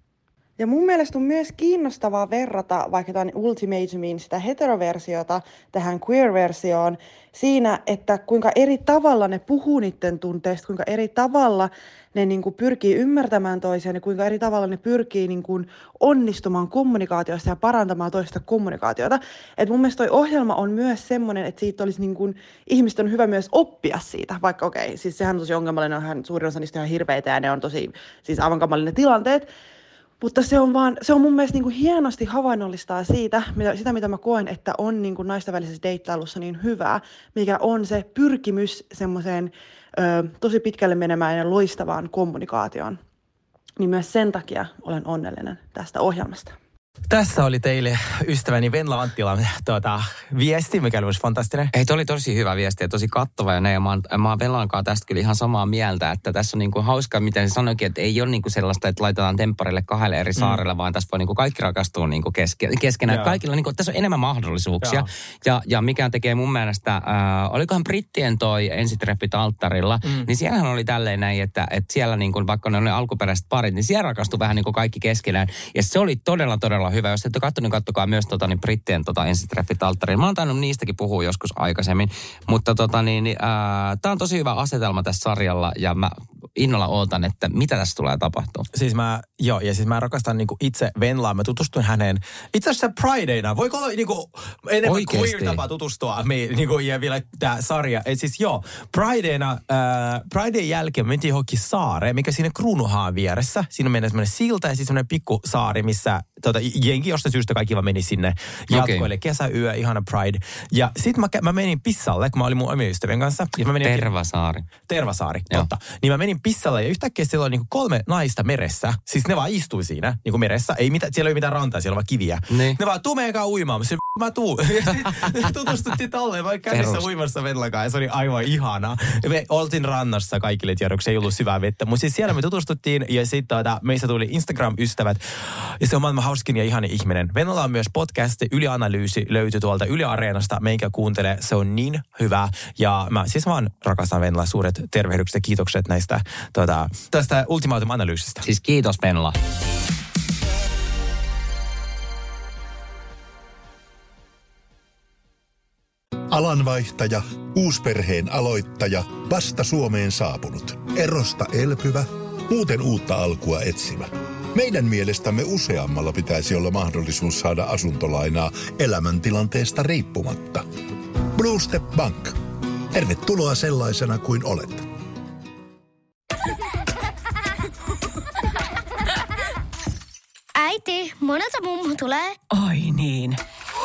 Ja mun mielestä on myös kiinnostavaa verrata vaikka tämän Ultimatumiin sitä heteroversiota tähän queer-versioon siinä, että kuinka eri tavalla ne puhuu niiden tunteista, kuinka eri tavalla ne niin kuin pyrkii ymmärtämään toisiaan ja kuinka eri tavalla ne pyrkii niin kuin onnistumaan kommunikaatiossa ja parantamaan toista kommunikaatiota. Et mun mielestä toi ohjelma on myös semmoinen, että siitä olisi niin kuin, ihmisten on hyvä myös oppia siitä, vaikka okei, okay, siis sehän on tosi ongelmallinen, suurin osa niistä on ihan hirveitä ja ne on tosi siis aivan kamalinen tilanteet. Mutta se on, vaan, se on mun mielestä niin kuin hienosti havainnollistaa siitä, mitä, sitä mitä mä koen, että on niin kuin naisten välisessä deittailussa niin hyvää, mikä on se pyrkimys semmoiseen ö, tosi pitkälle menemään ja loistavaan kommunikaatioon. Niin myös sen takia olen onnellinen tästä ohjelmasta. Tässä oli teille ystäväni Venla Anttilan tuota, viesti, mikä oli fantastinen. Ei, toi oli tosi hyvä viesti ja tosi kattava. Ja, ne, ja mä, oon, mä oon Venlankaan tästä kyllä ihan samaa mieltä, että tässä on niinku hauskaa, miten se sanoikin, että ei ole niinku sellaista, että laitetaan tempparille kahdelle eri saarelle, mm. vaan tässä voi niinku kaikki rakastua niinku keske, keskenään. Joo. Kaikilla niinku, tässä on enemmän mahdollisuuksia. Ja, ja mikä tekee mun mielestä, äh, olikohan brittien toi ensitreffit alttarilla, mm. niin siellähän oli tälleen näin, että, että siellä niinku, vaikka ne oli alkuperäiset parit, niin siellä rakastui vähän niinku kaikki keskenään. Ja se oli todella, todella hyvä. Jos ette ole katsonut, niin katsokaa myös tota, niin brittien tota, ensitreffit alttarilla. Mä oon tainnut niistäkin puhua joskus aikaisemmin. Mutta tota, niin, äh, tää on tosi hyvä asetelma tässä sarjalla ja mä innolla ootan, että mitä tässä tulee tapahtua. Siis mä, joo, ja siis mä rakastan niinku itse Venlaa. Mä tutustuin häneen itse asiassa Fridayna. Voiko olla niinku enemmän queer tapa tutustua me, niinku, ja vielä tää sarja. Et siis joo, Fridayna, äh, Fridayn jälkeen mentiin johonkin saareen, mikä siinä Kruunuhaan vieressä. Siinä mennään semmoinen silta ja siis semmoinen pikku saari, missä tota, jengi jostain syystä kaikki vaan meni sinne jatkoille. Okay. Kesäyö, ihana Pride. Ja sit mä, mä menin pissalle, kun mä olin mun omien ystävien kanssa. Ja mä menin, Tervasaari. Tervasaari, totta. Niin mä menin pissalle ja yhtäkkiä siellä oli niinku kolme naista meressä. Siis ne vaan istui siinä niinku meressä. Ei mitään, siellä ei ole mitään rantaa, siellä on vaan kiviä. Niin. Ne vaan, tuu meidänkaan uimaan. Mä, mä tuu. Ja sit tutustuttiin tolleen. Mä olin käynnissä uimassa Venlakaan ja se oli aivan ihanaa. Me oltiin rannassa kaikille tiedoksi, ei ollut syvää vettä. Mutta siis siellä me tutustuttiin ja sit tuota, meistä tuli Instagram-ystävät. Ja se on maailman hauskin ja ihani ihminen. Venla on myös podcast, Yle-analyysi löytyy tuolta Yle Areenasta. Meikä kuuntele, se on niin hyvä. Ja mä siis vaan rakastan Venlaa. Suuret tervehdykset ja kiitokset näistä tuota, tästä Ultimatum-analyysistä. Siis kiitos Venla. Alanvaihtaja, uusperheen aloittaja, vasta Suomeen saapunut, erosta elpyvä, muuten uutta alkua etsimä. Meidän mielestämme useammalla pitäisi olla mahdollisuus saada asuntolainaa elämäntilanteesta riippumatta. Blue Step Bank. Tervetuloa sellaisena kuin olet. Äiti, monelta mummu tulee? Oi niin.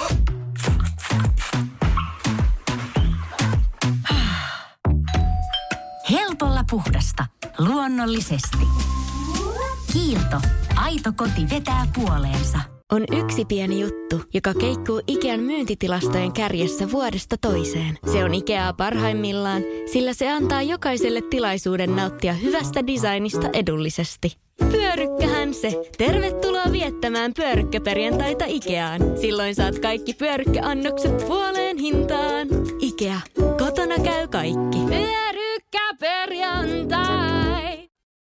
Helpolla puhdasta. Luonnollisesti. Kiilto. Aito koti vetää puoleensa. on yksi pieni juttu, joka keikkuu Ikean myyntitilastojen kärjessä vuodesta toiseen. Se on Ikeaa parhaimmillaan, sillä se antaa jokaiselle tilaisuuden nauttia hyvästä designista edullisesti. Pyörykkähän se. Tervetuloa viettämään pyörykkäperjantaita Ikeaan. Silloin saat kaikki pyörykkäannokset puoleen hintaan. Ikea. Kotona käy kaikki. Pyörykkäperjantai.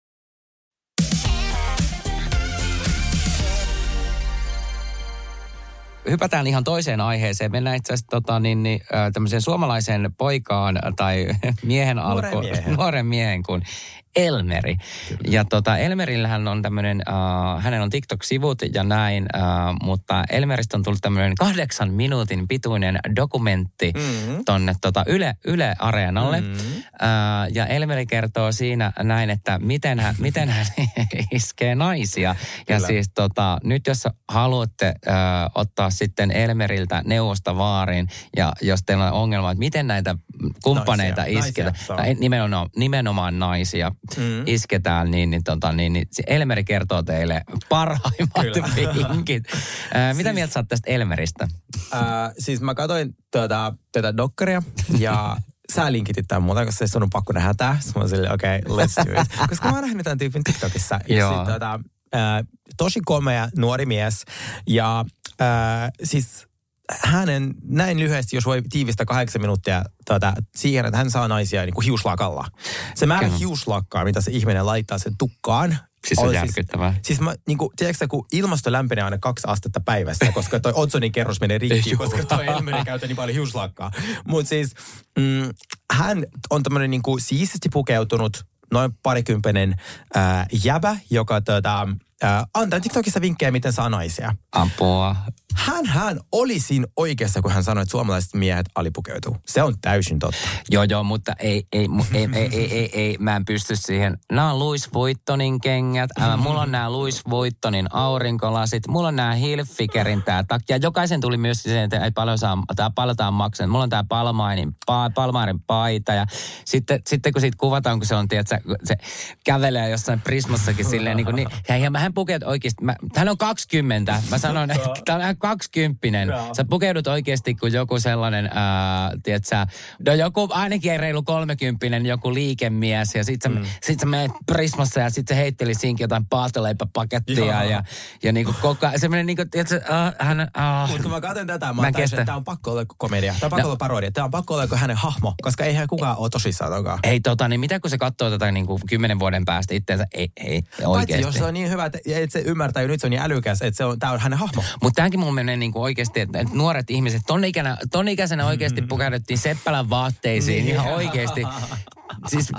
Hypätään ihan toiseen aiheeseen. Mennään itse asiassa tota, niin, niin, tämmöiseen suomalaiseen poikaan tai miehen alkuun. Nuoren miehen. Nuoren miehen kuin Elmeri. Kyllä. Ja tota, Elmerillähän on tämmöinen, uh, hänellä on TikTok-sivut ja näin, uh, mutta Elmeristä on tullut tämmöinen kahdeksan minuutin pituinen dokumentti mm-hmm. tonne tota, Yle, Yle Areenalle. Mm-hmm. Uh, ja Elmeri kertoo siinä näin, että miten hän, miten hän iskee naisia. Ja Kyllä. siis tota, nyt jos haluatte uh, ottaa sitten Elmeriltä neuvosta vaariin ja jos teillä on ongelma, että miten näitä kumppaneita isketään, nimenomaan, nimenomaan naisia, Mm. isketään, niin, niin, tota, niin, niin Elmeri kertoo teille parhaimmat vinkit. Äh, mitä siis, mieltä sä oot tästä Elmeristä? Äh, siis mä katsoin tuota, tätä dokkaria ja sä linkitit tämän muuta, koska se on pakko nähdä tää. Mä oon silleen, okei, okay, let's do it. Koska mä oon nähnyt tämän tyypin TikTokissa. Ja sit, tuota, äh, tosi komea nuori mies ja äh, siis hänen näin lyhyesti, jos voi tiivistää kahdeksan minuuttia tuota, siihen, että hän saa naisia niin kuin hiuslakalla. Se määrä hiuslakkaa, mitä se ihminen laittaa sen tukkaan. Siis on järkyttävää. Siis, siis mä, niin kuin, tiedätkö kun ilmasto lämpenee aina kaksi astetta päivässä, koska toi Otsonin kerros menee rikki, koska toi Elmeri käyttää niin paljon hiuslakkaa. Mutta siis mm, hän on tämmöinen niin kuin siististi pukeutunut, noin parikymppinen äh, jäbä, joka tota, äh, antaa TikTokissa vinkkejä, miten saa naisia. Apua. Hän, hän oli siinä oikeassa, kun hän sanoi, että suomalaiset miehet alipukeutuu. Se on täysin totta. Joo, joo, mutta ei, ei, ei, ei, ei, ei, ei mä en pysty siihen. Nämä on Louis Vuittonin kengät, äh, mulla on nämä Louis Vuittonin aurinkolasit, mulla on nämä Hilfikerin tää takia. Jokaisen tuli myös siihen, että ei paljon saa, tää palataan maksaa. Mulla on tää Palmainin, pa, Palmairin paita ja sitten, sitten kun siitä kuvataan, kun se on, tiedätkö, se kävelee jossain Prismassakin silleen, niin kuin niin, ja, ja mähän pukeudut oikeasti, mä, hän on kaksikymmentä, mä sanon, että tää on kaksikymppinen. Sä pukeudut oikeasti kuin joku sellainen, ää, tiedätkö, no joku ainakin reilu kolmekymppinen, joku liikemies ja sit sä, mm. sit sä menet Prismassa ja sit sä heitteli siinkin jotain paatoleipäpakettia ja, ja niinku koko ajan, semmoinen niinku, tiedätkö, äh, hän, äh. Mutta kun mä katson tätä, mä, mä täysin, tää on pakko olla komedia, tää on pakko no. olla parodia, tää on pakko olla hänen hahmo, koska eihän kukaan ole tosissaan tokaan. Ei tota, niin mitä kun se katsoo tätä niinku kymmenen vuoden päästä itseensä, ei, ei oikeesti. Paitsi jos se on niin hyvä, että et se ymmärtää jo nyt se on niin älykäs, että se on, tää on hänen hahmo. Mutta tämäkin mun menee niinku oikeesti, että, että nuoret ihmiset, ton, ikänä, ton ikäisenä oikeesti pukeuduttiin Seppälän vaatteisiin niin. ihan oikeesti. Siis,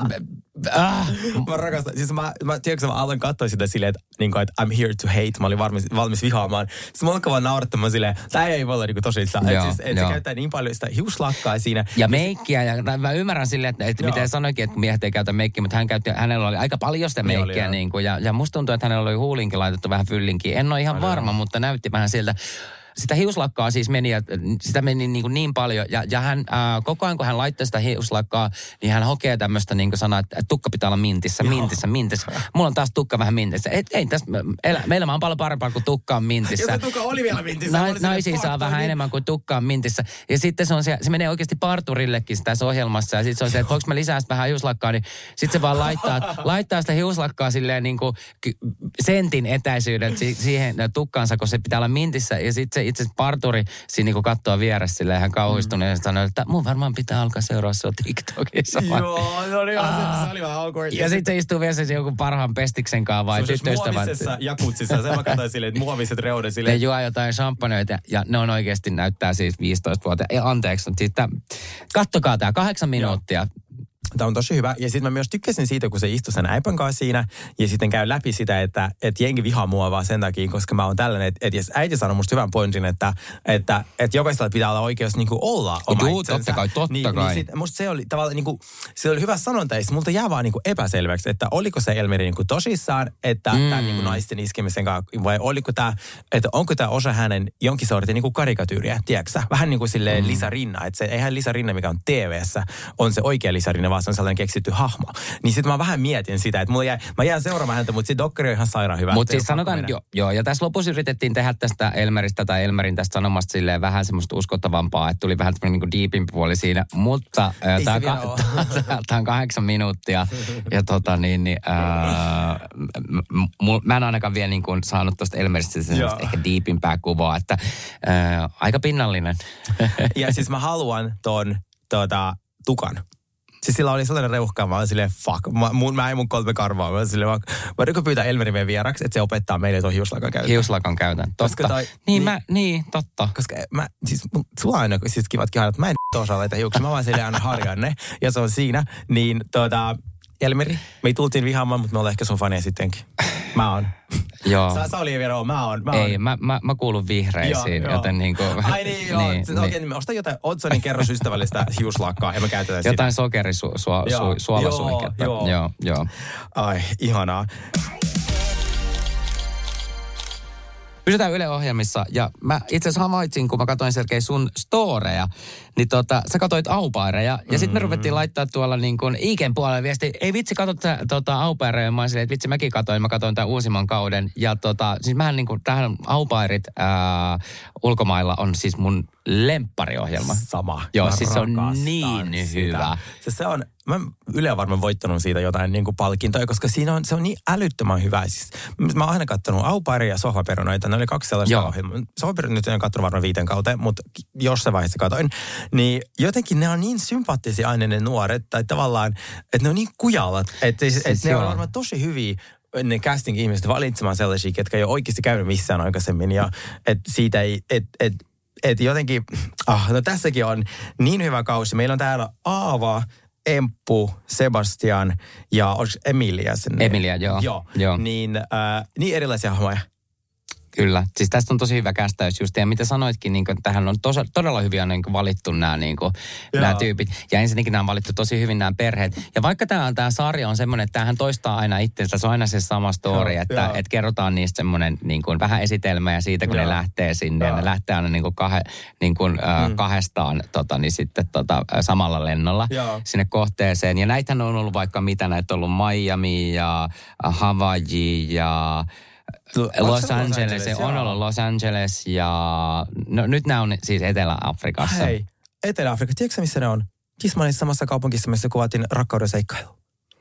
äh. Mä rakastan. Siis mä, mä tiedätkö, mä aloin katsoa sitä silleen, että, niin kuin, että I'm here to hate. Mä olin valmis, valmis vihaamaan. Sitten mä olin vaan naurattamaan silleen, tää ei voi olla niin kuin tosissaan. Että siis, et se käyttää niin paljon sitä hiuslakkaa siinä. Ja meikkiä. Ja mä ymmärrän silleen, että, että miten sanoikin, että miehet ei käytä meikkiä, mutta hän käytti, hänellä oli aika paljon sitä meikkiä. Oli, niin kuin, ja, ja musta tuntuu, että hänellä oli huulinkin laitettu vähän fyllinkin. En ole ihan oli, varma, mutta näytti vähän siltä. Sitä hiuslakkaa siis meni, sitä meni niin, kuin niin paljon. Ja, ja hän, ää, koko ajan kun hän laittaa sitä hiuslakkaa, niin hän hokee tämmöistä niin kuin sanaa, että tukka pitää olla mintissä, Joo. mintissä, mintissä. Mulla on taas tukka vähän mintissä. Et, ei tässä, elä, meillä on paljon parempaa kuin tukka on mintissä. Ja se tukka oli vielä mintissä. Na, naisia saa vähän niin. enemmän kuin tukka on mintissä. Ja sitten se, on se, se menee oikeasti parturillekin tässä ohjelmassa. Ja sitten se on se, että voinko mä lisää sitä vähän hiuslakkaa, niin sitten se vaan laittaa, laittaa sitä hiuslakkaa silleen niin kuin sentin etäisyydeltä siihen tukkaansa, kun se pitää olla mintissä. Ja sitten se itse asiassa parturi siinä niinku kattoo vieressä silleen hän kauhistunut mm. ja sanoi, että mun varmaan pitää alkaa seuraa sua TikTokissa. Joo, se oli, ah. se oli vähän awkward. Ja, ja sitten se istuu vielä joku parhaan pestiksen kanssa vai tyttöystävät. Se on siis muovisessa jakutsissa, sen mä katsoin silleen, että muoviset reudet silleen. Ne juo jotain champagneita ja ne on oikeasti näyttää siis viisitoista vuotta. Ja anteeksi, mutta siitä, kattokaa tää kahdeksan minuuttia. Tämä on tosi hyvä. Ja sitten mä myös tykkäsin siitä, kun se istui sen äipän kanssa siinä. Ja sitten käy läpi sitä, että, että jengi vihaa mua vaan sen takia, koska mä oon tällainen. Että, että äiti sanoi musta hyvän pointin, että, että, että jokaisella pitää olla oikeus niin kuin olla oma Juu, itsensä. Totta kai, totta niin, kai. Niin sit, musta se oli tavallaan niin kuin, se oli hyvä sanonta. Ja multa jää vaan niin kuin epäselväksi, että oliko se Elmeri niin kuin tosissaan, että mm. tämän niin kuin naisten iskemisen kanssa, vai oliko tämä, että onko tämä osa hänen jonkin sortin niin kuin karikatyyriä, tiedätkö sä? Vähän niin kuin silleen mm. Lisa Rinna. Että se eihän Lisa Rinna, mikä on T V:ssä, on se oikea Lisa Rinna, vaan vaan se on sellainen keksitty hahmo. Niin sitten mä vähän mietin sitä, että mulla jäi, mä jään seuraamaan häntä, mutta se dokkari on ihan sairaan hyvä. Mutta siis sanotaan, jo, joo, ja tässä lopussa yritettiin tehdä tästä Elmeristä tai Elmerin tästä sanomasta silleen vähän semmoista uskottavampaa, että tuli vähän tämmöinen niin diipimpi puoli siinä, mutta tämä ka- on kahdeksan minuuttia, ja tota niin, niin ää, m- mä en ainakaan vielä niin kuin saanut tuosta Elmeristä semmoista ehkä diipimpää kuvaa, että ää, aika pinnallinen. Ja siis mä haluan ton tuota, tukan. Siis sillä oli sellainen reuhka, mä olin silleen, fuck, mä, mun, mä en mun kolme karvaa. Mä olin silleen, mä, voidaanko pyytää Elmerin meidän vieraksi, että se opettaa meille tuon hiuslakan käytön. Hiuslakan käytön, totta. Toi, niin, niin, mä, niin, totta. Koska mä, siis sulla on aina siis kivatkin aina, että mä en osaa laita hiuksia, mä vaan silleen aina harjaan ne, ja se on siinä. Niin tuota, Elmeri, me ei tultiin vihaamaan, mutta me ollaan ehkä sun faneja sittenkin. Mä oon. Joo. Sä, sä oli Evero, mä oon. Mä ei, on. mä, mä, mä kuulun vihreisiin, joo, joten niin kuin... Ai niin, joo. niin, niin. Okei, niin osta jotain Odsonin kerros ystävällistä hiuslakkaa ja me käytetään sitä. Jotain sokerisuolasuihketta. Joo, joo. joo, joo. Ai, ihanaa. Pysytään Yle Ohjelmissa, ja mä itse asiassa havaitsin, kun mä katsoin Sergei sun storeja, niin tota, sä katsoit aupaireja, ja sitten me ruvettiin laittaa tuolla niin kuin Iken puolelle viesti, ei vitsi, katsot sä tota, aupaireja, mä olin että vitsi, mäkin katsoin, mä katsoin tämän uusimman kauden, ja tota, siis mähän niin kuin, tähän aupairit ää, ulkomailla on siis mun lemppariohjelma. Sama. Joo, siis se on niin sitä. hyvä. Se, se on, mä Yle on varmaan voittanut siitä jotain niin kuin palkintoja, koska siinä on, se on niin älyttömän hyvä. Siis, mä oon aina katsonut aupairia ja sohvaperunoita, ne oli kaksi sellaista ohjelmaa. Sohvaperunot nyt en katsonut varmaan viiten kauteen, mutta jossain vaiheessa katoin. Niin jotenkin ne on niin sympaattisia aina ne nuoret, tai tavallaan, että ne on niin kujalat, että et, et ne on varmaan tosi hyviä ne casting-ihmiset valitsemaan sellaisia, ketkä ei ole oikeasti käynyt missään aikaisemmin, ja että siitä ei, että et, et jotenkin, ah, no tässäkin on niin hyvä kausi. Meillä on täällä Aava, Emppu, Sebastian ja Emilia. Sen, Emilia, joo. Joo, joo. Niin, äh, niin erilaisia hahmoja. Kyllä. Siis tästä on tosi hyvä kästäys just. Ja mitä sanoitkin, niin kuin, tähän on tos, todella hyviä niin kuin, valittu nämä, niin kuin, nämä tyypit. Ja ensinnäkin nämä on valittu tosi hyvin nämä perheet. Ja vaikka tämä, tämä sarja on semmoinen, että tämähän toistaa aina itsensä. Se on aina se sama story, joo, että, että kerrotaan niistä semmoinen niin kuin, vähän esitelmä ja siitä, kun joo. ne lähtee sinne. Joo. Ja ne lähtee aina niin kuin, kahe, niin kuin, äh, mm. kahdestaan tota, niin sitten, tota, samalla lennolla joo. sinne kohteeseen. Ja näitähän on ollut vaikka mitä. Näitä on ollut Miami ja Hawaii ja... Los Angeles, se on ollut Los Angeles ja no, nyt nämä on siis Etelä-Afrikassa. Hei, Etelä-Afrikassa, tiedätkö missä ne on? Kismanissa samassa kaupunkissa, missä kuvattiin Rakkauden seikkailu.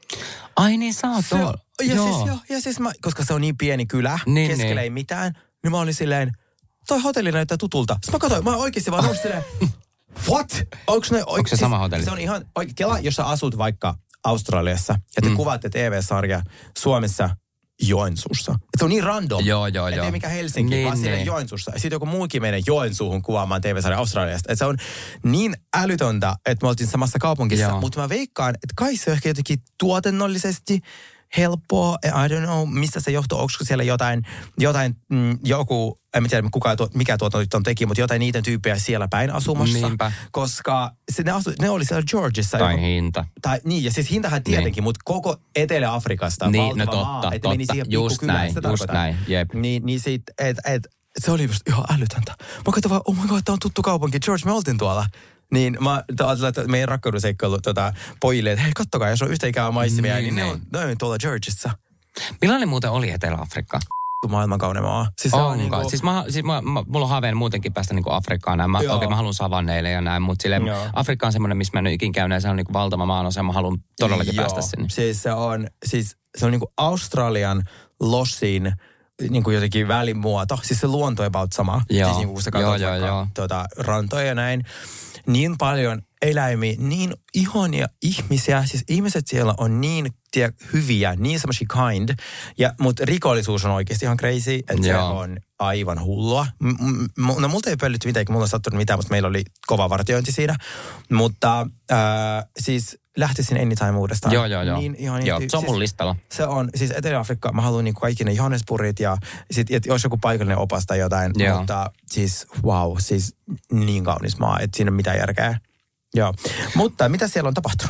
Ai niin, sä oot tuolla. Ja joo. siis, joo, ja siis mä, koska se on niin pieni kylä, niin, keskellä niin. ei mitään, niin mä olin silleen, toi hotelli näyttää tutulta. Sitten mä katsoin, mä oikeasti vaan nousin silleen, what? Onko ne, Onko se siis, sama hotelli? Se on ihan, oike, kela, jos sä asut vaikka Australiassa ja te mm. kuvaatte T V-sarja Suomessa, Joensuussa. Et se on niin random. Joo, joo, joo. Ei mikä Helsinki, niin, vaan siellä niin. Joensuussa. Ja sitten joku muukin meidän Joensuuhun kuvaamaan T V-sarja Australiasta. Et se on niin älytöntä, että me oltiin samassa kaupungissa. Mutta mä veikkaan, että kai se on ehkä jotenkin tuotannollisesti helppoa. I don't know, mistä se johtuu. Onko siellä jotain, jotain mm, joku, en tiedä kuka, mikä tuotanto teki, mutta jotain niiden tyyppejä siellä päin asumassa. Niinpä. Koska se, ne, asu, ne oli siellä Georgissa. Tai joku, hinta. Tai, niin, ja siis hintahan tietenkin, niin. mutta koko Etelä-Afrikasta niin, valtava no totta, maa. Että meni siihen just näin, just näin, jep. Niin, niin sit, et, et, se oli just ihan älytöntä. Mä katsoin vaan, oh my god, tää on tuttu kaupunki. George, me oltiin tuolla. Niin mä ajattelin, että meidän rakkaudenseikkailu tota, pojille, että hei kattokaa, jos on yhtä ikää maissimia, niin, niin ne on, ne on tuolla Georgissa. Millainen muuten oli Etelä-Afrikka? Maailman kaunein maa. Siis Onko? On niinku... Siis, mä, siis mä, mä, mulla on haaveena muutenkin päästä niinku Afrikkaan näin. Mä, okei, okay, mä haluan savanneille ja näin, mutta silleen Afrikka on semmoinen, missä mä en ole ikin käynyt ja se on niinku valtava maanosa ja mä haluan todellakin joo. päästä sinne. Siis se on, siis se on niinku Australian Lossin niinku jotenkin välimuoto. Siis se luonto about sama. Joo. Siis niinku kun sä katsot joo, vaikka joo. Tuota, rantoja ja näin. Niin paljon eläimiä, niin ihania ihmisiä. Siis ihmiset siellä on niin tie, hyviä, niin semmoisia kind. Ja, mutta rikollisuus on oikeasti ihan crazy, että se on aivan hullua. M- m- no multa ei pöllytty mitään, eikä mulla on sattunut mitään, mutta meillä oli kova vartiointi siinä. Mutta äh, siis lähtisin anytime uudestaan. Joo, joo, joo. Niin, ihan, joo niin, se on siis, mun listalla. Se on, siis Etelä-Afrikka, mä haluan niinku kaikki ne Johannesburgit ja sit, et jos joku paikallinen opas tai jotain. Joo. Mutta siis wow, siis niin kaunis maa, että siinä ei ole mitään järkeä. Joo. Mutta mitä siellä on tapahtunut?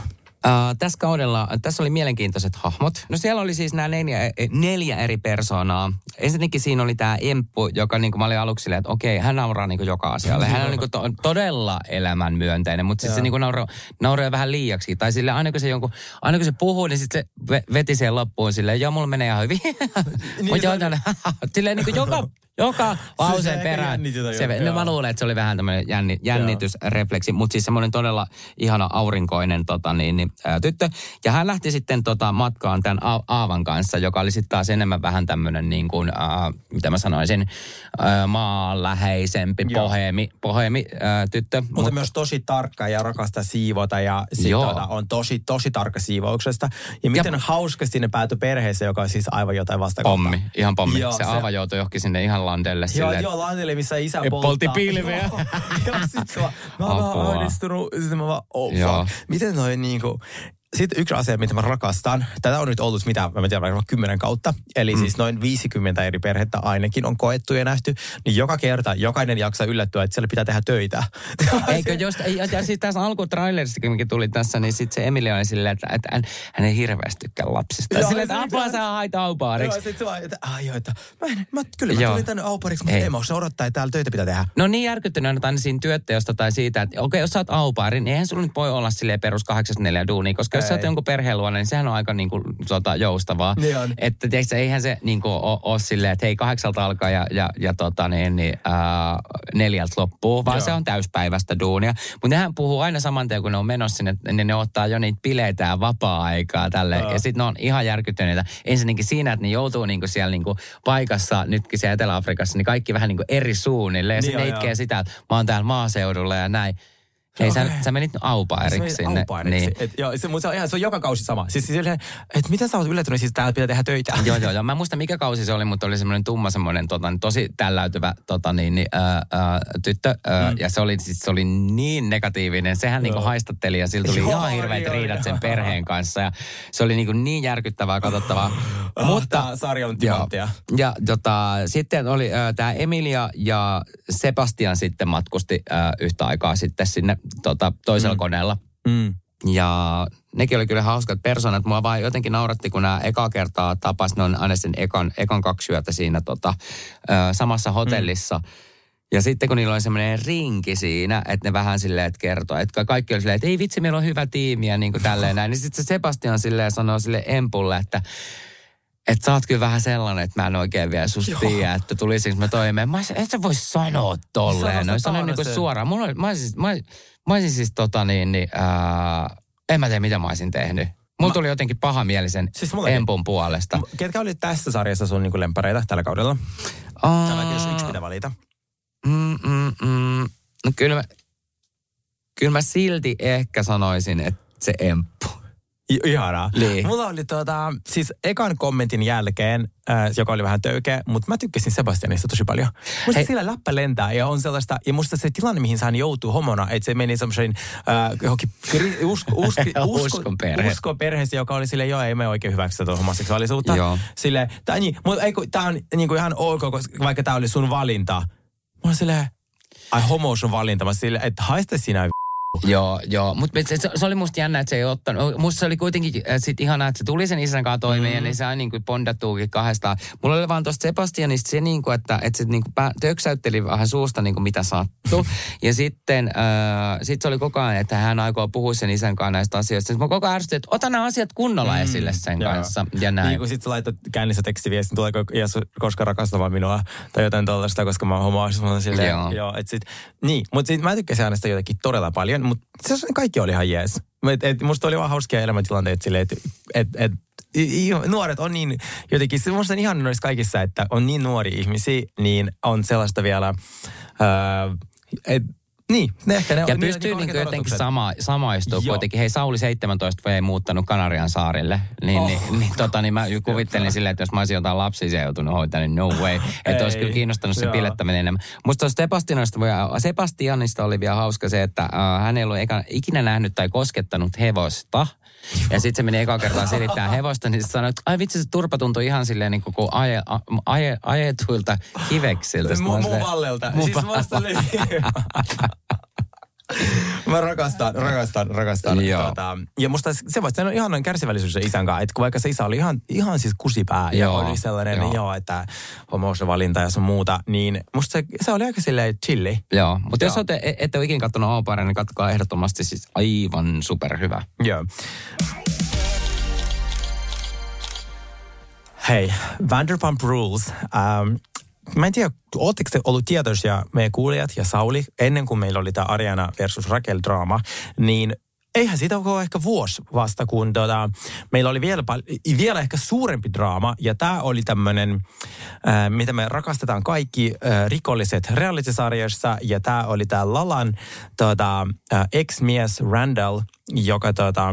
Uh, tässä kaudella, tässä oli mielenkiintoiset hahmot. No siellä oli siis nämä neljä, neljä eri persoonaa. Ensinnäkin siinä oli tämä Emppu, joka niin kuin mä olin aluksi silleen, että okei, hän nauraa niin kuin joka asialle. Hän on niin kuin to, todella elämänmyönteinen, mutta siis se niin kuin nauraa, nauraa vähän liiaksi. Tai sille aina kun se, jonkun, aina kun se puhuu, niin sitten se veti siihen loppuun silleen, joo, mulla menee ihan hyvin. Mutta silleen niin kuin joka... Joka lauseen perään. Se, no mä luulen, että se oli vähän tämmöinen jänni, jännitysrefleksi, mutta siis semmoinen todella ihana aurinkoinen tota, niin, niin, ää, tyttö. Ja hän lähti sitten tota, matkaan tämän Aavan kanssa, joka oli sitten taas enemmän vähän tämmöinen, niin kuin, ää, mitä mä sanoisin, ää, maanläheisempi, poheemi, poheemi ää, tyttö. Mutta Mut, myös tosi tarkka ja rakastaa siivota ja sit, tuota, on tosi, tosi tarkka siivouksesta. Ja miten ja, hauskasti ne päätyi perheeseen, joka on siis aivan jotain vastakohtaa. Pommi, ihan pommi. Joo, se, se Aava joutui johonkin sinne ihan landelle. Joo, silleen, joo, landelle, missä isä polttaa. Poltti pilveä. Joo, joo, sit se vaan, mä oon vaan ahdistunut. Sitten mä vaan, oh fuck. Miten noi niinku... Sitten yksi asia, mitä mä rakastan, tätä on nyt ollut mitä, mä tiedän, vaikka kymmenen kautta, eli mm. siis noin viisikymmentä eri perhettä ainakin on koettu ja nähty, niin joka kerta jokainen jaksaa yllättyä, että siellä pitää tehdä töitä. Eikö just, ja, ja siis tässä alkutrailerissakin, mikä tuli tässä, niin sitten se Emilia oli silleen, että, että hän, hän ei hirveästi tykkää lapsista. Joo, silleen, että apua sä haita aupaariksi. Joo, sitten se vaan, että ai joo, että mä, en, mä kyllä mä tulin tänne aupaariksi, mutta emo, se odottaa, että täällä töitä pitää tehdä. No niin järkyttynyt aina siinä työtteosta tai siitä, että okei, jos sä oot aupaari, niin eihän sulla nyt voi olla silleen perus kahdeksasta neljä duunia, koska jos sä oot jonkun perheen luona, niin sehän on aika niin kuin, tota, joustavaa. Niin että tiedätkö, eihän se niin kuin, ole, ole silleen, että hei kahdeksalta alkaa ja, ja, ja tota, niin, niin, ää, neljältä loppuu, vaan Joo. se on täyspäivästä duunia. Mutta nehän puhuu aina saman tien, kun ne on menossa sinne, niin ne ottaa jo niitä bileitä ja vapaa-aikaa tälleen. Ja, ja sitten ne on ihan järkyttyneitä. Ensinnäkin siinä, että ne joutuu niin kuin siellä niin kuin paikassa, nytkin siellä Etelä-Afrikassa, niin kaikki vähän niin kuin eri suunnille. Ja sitten ne itkee sitä, että mä oon täällä maaseudulla ja näin. Ei, sä, sä menit aupairiksi sinne. Niin. Et, joo, se, mutta se on, ihan, se on joka kausi sama. Siis, siis että miten sä oot yllättynyt, siis täällä pitää tehdä töitä. Joo, joo, joo. Mä en muista mikä kausi se oli, mutta oli semmoinen tumma semmoinen tota, tosi tälläytyvä tota, niin, niin, ää, ää, tyttö. Ää, mm. Ja se oli, siis, se oli niin negatiivinen. Sehän niinku haistatteli ja sillä tuli joo, ihan hirveät joo, riidat joo. sen perheen kanssa. Ja se oli niinku niin järkyttävää katsottavaa. Oh, mutta sarja on timanttia. Ja tota, sitten oli tämä Emilia ja Sebastian sitten matkusti ää, yhtä aikaa sitten sinne Tota, toisella mm. koneella. Mm. Ja nekin oli kyllä hauskat persoonat. Mua vaan jotenkin nauratti, kun nämä eka kertaa tapas, ne on aina sen ekan, ekan kaksi yötä siinä tota, ö, samassa hotellissa. Mm. Ja sitten kun niillä oli semmoinen rinki siinä, että ne vähän silleen kertoo, että kaikki oli silleen, että ei vitsi, meillä on hyvä tiimi ja niin kuin tälleen näin. Niin sitten se Sebastian silleen sanoo sille Empulle, että että sä oot kyllä vähän sellainen, että mä en oikein vielä susta tiedä, että tulisinko mä toimeen. Mä et sä vois sanoa tolleen. No sanoin niin kuin suoraan. Mulla, mä, olisin, mä, mä olisin siis tota niin, niin ää, en mä tiedä mitä mä olisin tehnyt. Mulla mä, tuli jotenkin pahamielisen siis Empun puolesta. Ketkä oli tässä sarjassa sun niin kuin lempareita tällä kaudella? Uh, Tällä jos yksi pitää valita. Mm, mm, mm. No kyllä mä, kyllä mä silti ehkä sanoisin, että se Emppu. Ihanaa. Niin. Mulla oli tuota, siis ekan kommentin jälkeen, äh, joka oli vähän töykeä, mutta mä tykkäsin Sebastianista tosi paljon. Musta sillä läppä lentää ja on sellaista, ja musta se tilanne, mihin hän joutuu homona, että se meni semmoisen äh, johonkin usko, usko, usko, uskon perheeseen, joka oli silleen, joo, ei me oikein hyväksytä tuota homoseksuaalisuutta. Silleen, tai niin, mutta ei, tää on niin kuin ihan ok, vaikka tää oli sun valinta. Mulla silleen, ai homo sun valinta, mä silleen, että haista sinä. Joo, joo. Mutta se, se oli musta jännä, että se ei ottanut. Musta se oli kuitenkin sit ihanaa, että se tuli sen isän kanssa toimeen mm-hmm. ja niin se aina niin kuin bondattuukin kahdestaan. Mulla oli vaan tuosta Sebastianista se, niin kuin, että, että se niin kuin töksäytteli vähän suusta, niin kuin mitä sattui. ja sitten äh, sit se oli koko ajan, että hän aikoo puhua sen isän kanssa näistä asioista. Sitten mä koko ajan arvostin, että ota nämä asiat kunnolla mm-hmm. esille sen joo. kanssa. Ja näin. Niin kuin sit sä laitat kännissä tekstiviestin, tuleeko Jeesus koska rakastamaan minua tai jotain tollaista, koska mä oon homo. Joo. joo et sit, niin, mutta sit mä tykkäsin aina sitä jotenkin todella paljon. Mutta kaikki oli ihan jees. Et, et, musta oli vaan hauskia elämäntilanteet silleen, että et, et, nuoret on niin jotenkin, se musta on ihan noissa kaikissa, että on niin nuori ihmisiä, niin on sellaista vielä, ää, et, niin, ne ehkä ne ja on. Ja pystyy niin niin jotenkin sama, samaistua kuitenkin. Hei, Sauli seitsemäntoista ei muuttanut Kanarian saarille. Niin, oh. niin, niin, tota, niin mä kuvittelin silleen, että jos mä olisin jotain lapsia se joutunut hoitaa, niin no way. Että olisi kyllä kiinnostanut se bilettäminen enemmän. Musta Sebastianista, Sebastianista oli vielä hauska se, että äh, hän ei ollut eka, ikinä nähnyt tai koskettanut hevosta. Ja sitten se meni eka kertaa selittää hevosta, niin se sanoi, että ai vitsi, se turpa tuntui ihan silleen niin kuin aje, aje, ajetuilta kiveksiltä. Mu- Muvallelta. Siis musta oli... Mä rakastan, rakastan, rakastan. Tuota, ja musta se voisi olla ihan noin kärsivällisyys se isän kanssa, että kun vaikka se isä oli ihan, ihan siis kusipää ja joo, oli sellainen, joo, joo että homousvalinta ja sun muuta, niin musta se, se oli aika silleen chilli. Joo, mutta jos olette, ette ole ikinä kattonut Au Pairia, niin katsokaa ehdottomasti siis aivan superhyvä. Joo. Hei, Vanderpump Rules. Um, Mä en tiedä, ootteko te ollut tietoisia, meidän kuulijat ja Sauli, ennen kuin meillä oli tämä Ariana versus Raquel-draama, niin eihän siitä ole ehkä vuosi vasta, kun tota, meillä oli vielä, vielä ehkä suurempi draama, ja tämä oli tämmöinen, äh, mitä me rakastetaan kaikki, äh, rikolliset reality-sarjassa, ja tämä oli tämä Lalan tota, äh, ex-mies Randall, joka tota,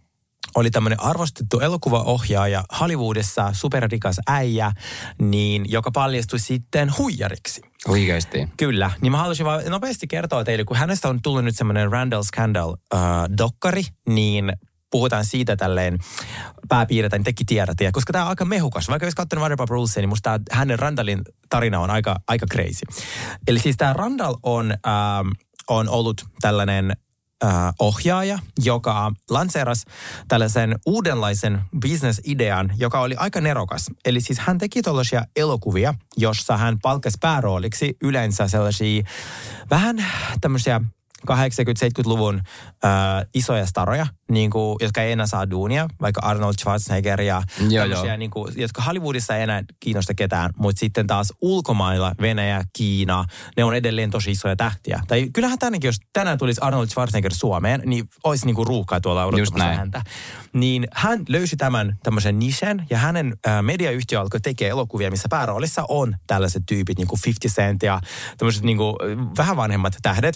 oli tämmöinen arvostettu elokuvaohjaaja Hollywoodissa, superrikas äijä, niin, joka paljastui sitten huijariksi. Oikeasti. Kyllä. Niin mä haluaisin vaan nopeasti kertoa teille, kun hänestä on tullut nyt semmoinen Randall Scandal-dokkari, uh, niin puhutaan siitä tälleen pääpiirretä, niin tekin tiedätte. Ja koska tämä on aika mehukas, vaikka jos katsonut Vanderpump Rulesia, niin musta tää, hänen Randallin tarina on aika, aika crazy. Eli siis tämä Randall on, uh, on ollut tällainen Uh, ohjaaja, joka lanseerasi tällaisen uudenlaisen business-idean, joka oli aika nerokas. Eli siis hän teki tällaisia elokuvia, jossa hän palkkasi päärooliksi yleensä sellaisia vähän tämmöisiä kahdeksankymmentä-seitsemänkymmentäluvun äh, isoja staroja, niin kuin, jotka ei enää saa duunia, vaikka Arnold Schwarzenegger ja joo, tämmöisiä, niin kuin, jotka Hollywoodissa ei enää kiinnosta ketään, mutta sitten taas ulkomailla, Venäjä, Kiina, ne on edelleen tosi isoja tähtiä. Tai kyllähän tänäkin, jos tänään tulisi Arnold Schwarzenegger Suomeen, niin olisi niin kuin ruuhkaa tuolla odottamassa häntä. Niin hän löysi tämän tämmöisen nischen, ja hänen äh, mediayhtiö alkoi tekemään elokuvia, missä pääroolissa on tällaiset tyypit, niin kuin fifty Cent ja tämmöiset niin kuin vähän vanhemmat tähdet.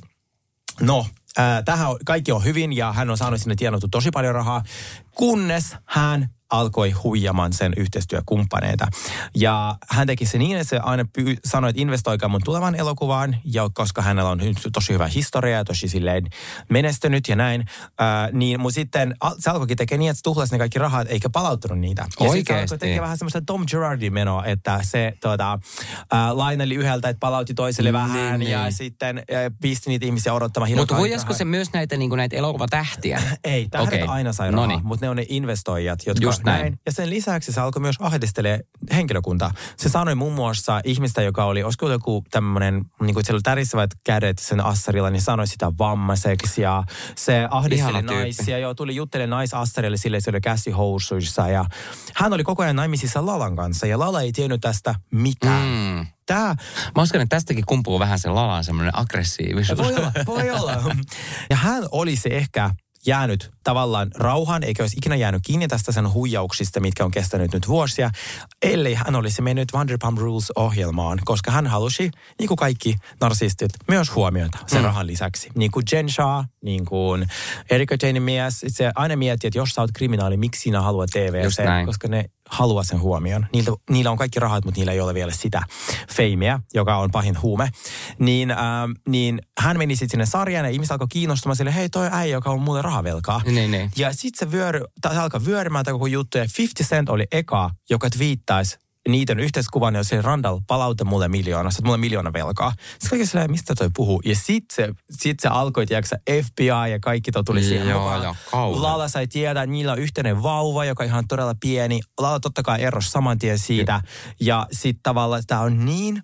No, äh, tähän on, kaikki on hyvin ja hän on saanut sinne tienottu tosi paljon rahaa, kunnes hän alkoi huijamaan sen yhteistyökumppaneita. Ja hän teki se niin, että se aina py- sanoi, että investoikaa mun tulevan elokuvaan, ja koska hänellä on tosi hyvä historia ja tosi silleen menestynyt ja näin, äh, niin mun sitten se alkoikin tekemään niin, että se tuhlasi ne kaikki rahat eikä palauttanut niitä. Ja sitten se alkoi tekemään vähän semmoista Tom Girardin menoa, että se tuota, äh, laineli yhdeltä, että palautti toiselle mm, vähän niin, ja niin. sitten äh, pisti niitä ihmisiä odottamaan. Mutta huijasko se myös näitä, niin näitä elokuvatähtiä? Ei, tähdet okay. aina sai rahaa, mutta ne on ne investoijat, jotka Just näin. näin. Ja sen lisäksi se alkoi myös ahdistelemaan henkilökuntaa. Se sanoi muun muassa ihmistä, joka oli, olisiko joku tämmöinen, niin kuin siellä oli tärisevät kädet sen assarilla, niin sanoi sitä vammaiseksi ja se ahdisteli naisia. Joo, tuli juttelemaan naisassarille sille, se oli käsihousuissa ja hän oli koko ajan naimisissa Lalan kanssa ja Lala ei tiennyt tästä mitään. Mm. Tää, mä uskon, että tästäkin kumpuu vähän sen Lalan semmoinen aggressiivisuus. Voi olla, voi olla. Ja hän oli se ehkä jäänyt tavallaan rauhaan, eikä olisi ikinä jäänyt kiinni tästä sen huijauksista, mitkä on kestänyt nyt vuosia, ellei hän olisi mennyt Vanderpump Rules-ohjelmaan, koska hän halusi, niin kuin kaikki narsistit, myös huomiota sen mm. rahan lisäksi. Niin kuin Jen Shah, niin kuin Erika Jaynen mies, se aina miettii, että jos sä oot kriminaali, miksi sinä haluat T V-seen, koska ne haluaa sen huomion. Niillä, niillä on kaikki rahat, mutta niillä ei ole vielä sitä feimeä, joka on pahin huume. Niin, ähm, niin hän meni sitten sinne sarjaan ja ihmiset alkoi kiinnostumaan sille, hei toi äijä, joka on mulle rahavelkaa. Niin, niin. Ja sitten se, vyöry, se alkoi vyörymään tämä koko juttu ja fifty Cent oli eka, joka twiittaisi niiden yhteiskuvan, ja se Randall palauta mulle miljoona, sä oot mulle miljoona velkaa. Sitten kaikki silleen, mistä toi puhuu? Ja sitten se, sit se alkoi, tiedätkö, F B I ja kaikki to tuli siihen mukaan. Lala sai tietää, että niillä on yhteinen vauva, joka on ihan todella pieni. Lala totta kai erosi saman tien siitä. Ja, ja sitten tavallaan tämä on niin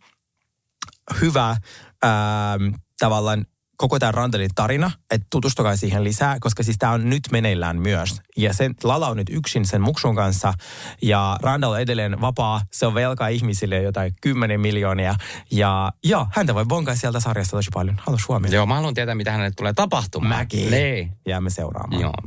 hyvä ähm, tavallaan koko tämä Randallin tarina, että tutustukaa siihen lisää, koska siis tämä on nyt meneillään myös. Ja sen, Lala on nyt yksin sen muksun kanssa ja Randall on edelleen vapaa. Se on velkaa ihmisille jotain kymmenen miljoonia. Ja joo, häntä voi bonkaa sieltä sarjasta tosi paljon. Haluaisin huomioon. Joo, mä haluan tietää, mitä hänelle tulee tapahtumaan. Mäkin. Nee. Jäämme seuraamaan. Joo.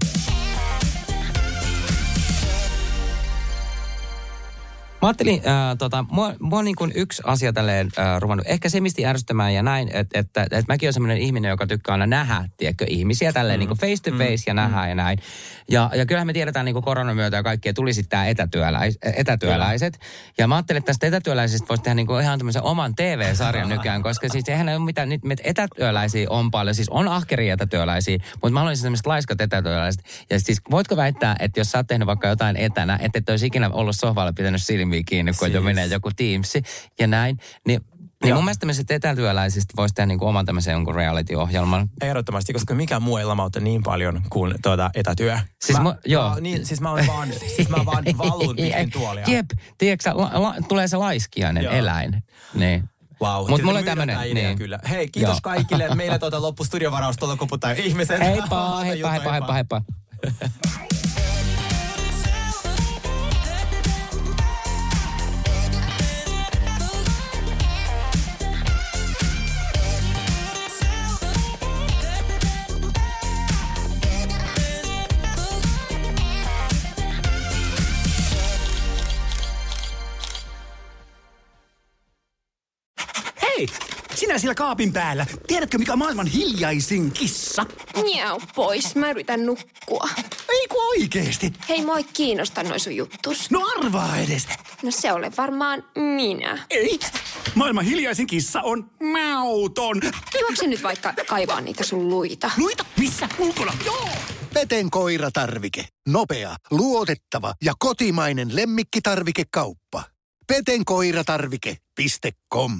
Mä ajattelin, äh, tota, mua, mua niin kuin yksi asia tälleen äh, ruvannut, ehkä se misti ärsyttämään ja näin, että et, et, et mäkin olen semmoinen ihminen, joka tykkää aina nähdä, tiedätkö, ihmisiä tälleen mm. niin kuin face to face mm. ja nähdä mm. ja näin. Ja, ja kyllähän me tiedetään niin kuin koronan myötä ja kaikkea, tuli sitten tämä etätyöläis, etätyöläiset. Kyllä. Ja mä ajattelin, että tästä etätyöläisistä voisi tehdä niin kuin ihan tämmöisen oman T V-sarjan nykyään, koska siis eihän ole mitään, nyt etätyöläisiä on paljon, siis on ahkeria etätyöläisiä, mutta mä haluaisin semmoiset laiskat etätyöläiset. Ja siis voitko väittää, että jos sä oot tehnyt vaikka jotain etänä, että et olisi ikinä ollut sohvalla pitänyt silmiä kiinni, kun siis jo menee joku Teamsi ja näin, niin Niin mun mielestä tämmöisistä etätyöläisistä voisi tehdä niinku oman tämmöisen jonkun reality-ohjelman. Ehdottomasti, koska mikään muu ei lamauta niin paljon kuin tuota etätyö. Siis mä, mä, joo. Mä, niin, siis mä oon vaan, siis mä vaan valun pitkin tuolia. Jep, tiedätkö la, la, tulee se laiskiainen joo. eläin. Niin. Wow. Mutta mulla on tämmönen. Niin. Kyllä. Hei, kiitos joo. kaikille. Meillä tuota loppu studiovaraus tuolla koputtaa ihmisen. Heippa, heippa, heippa, heippa, heippa. Hei, sinä siellä kaapin päällä. Tiedätkö, mikä on maailman hiljaisin kissa? Miau pois, mä yritän nukkua. Ei kun oikeesti. Hei, moi kiinnosta noi sun juttus. No arvaa edes. No se ole varmaan minä. Ei, maailman hiljaisin kissa on mauton. Juokse nyt vaikka kaivaa niitä sun luita. Luita? Missä? Ulkona? Joo! Peten koiratarvike. Nopea, luotettava ja kotimainen lemmikkitarvikekauppa. peten koiratarvike piste com.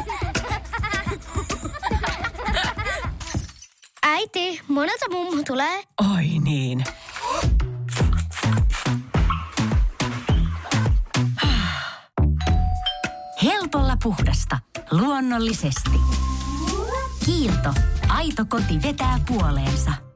Äiti, monelta mummu tulee? Oi niin. Helpolla puhdasta. Luonnollisesti. Kiilto. Aito koti vetää puoleensa.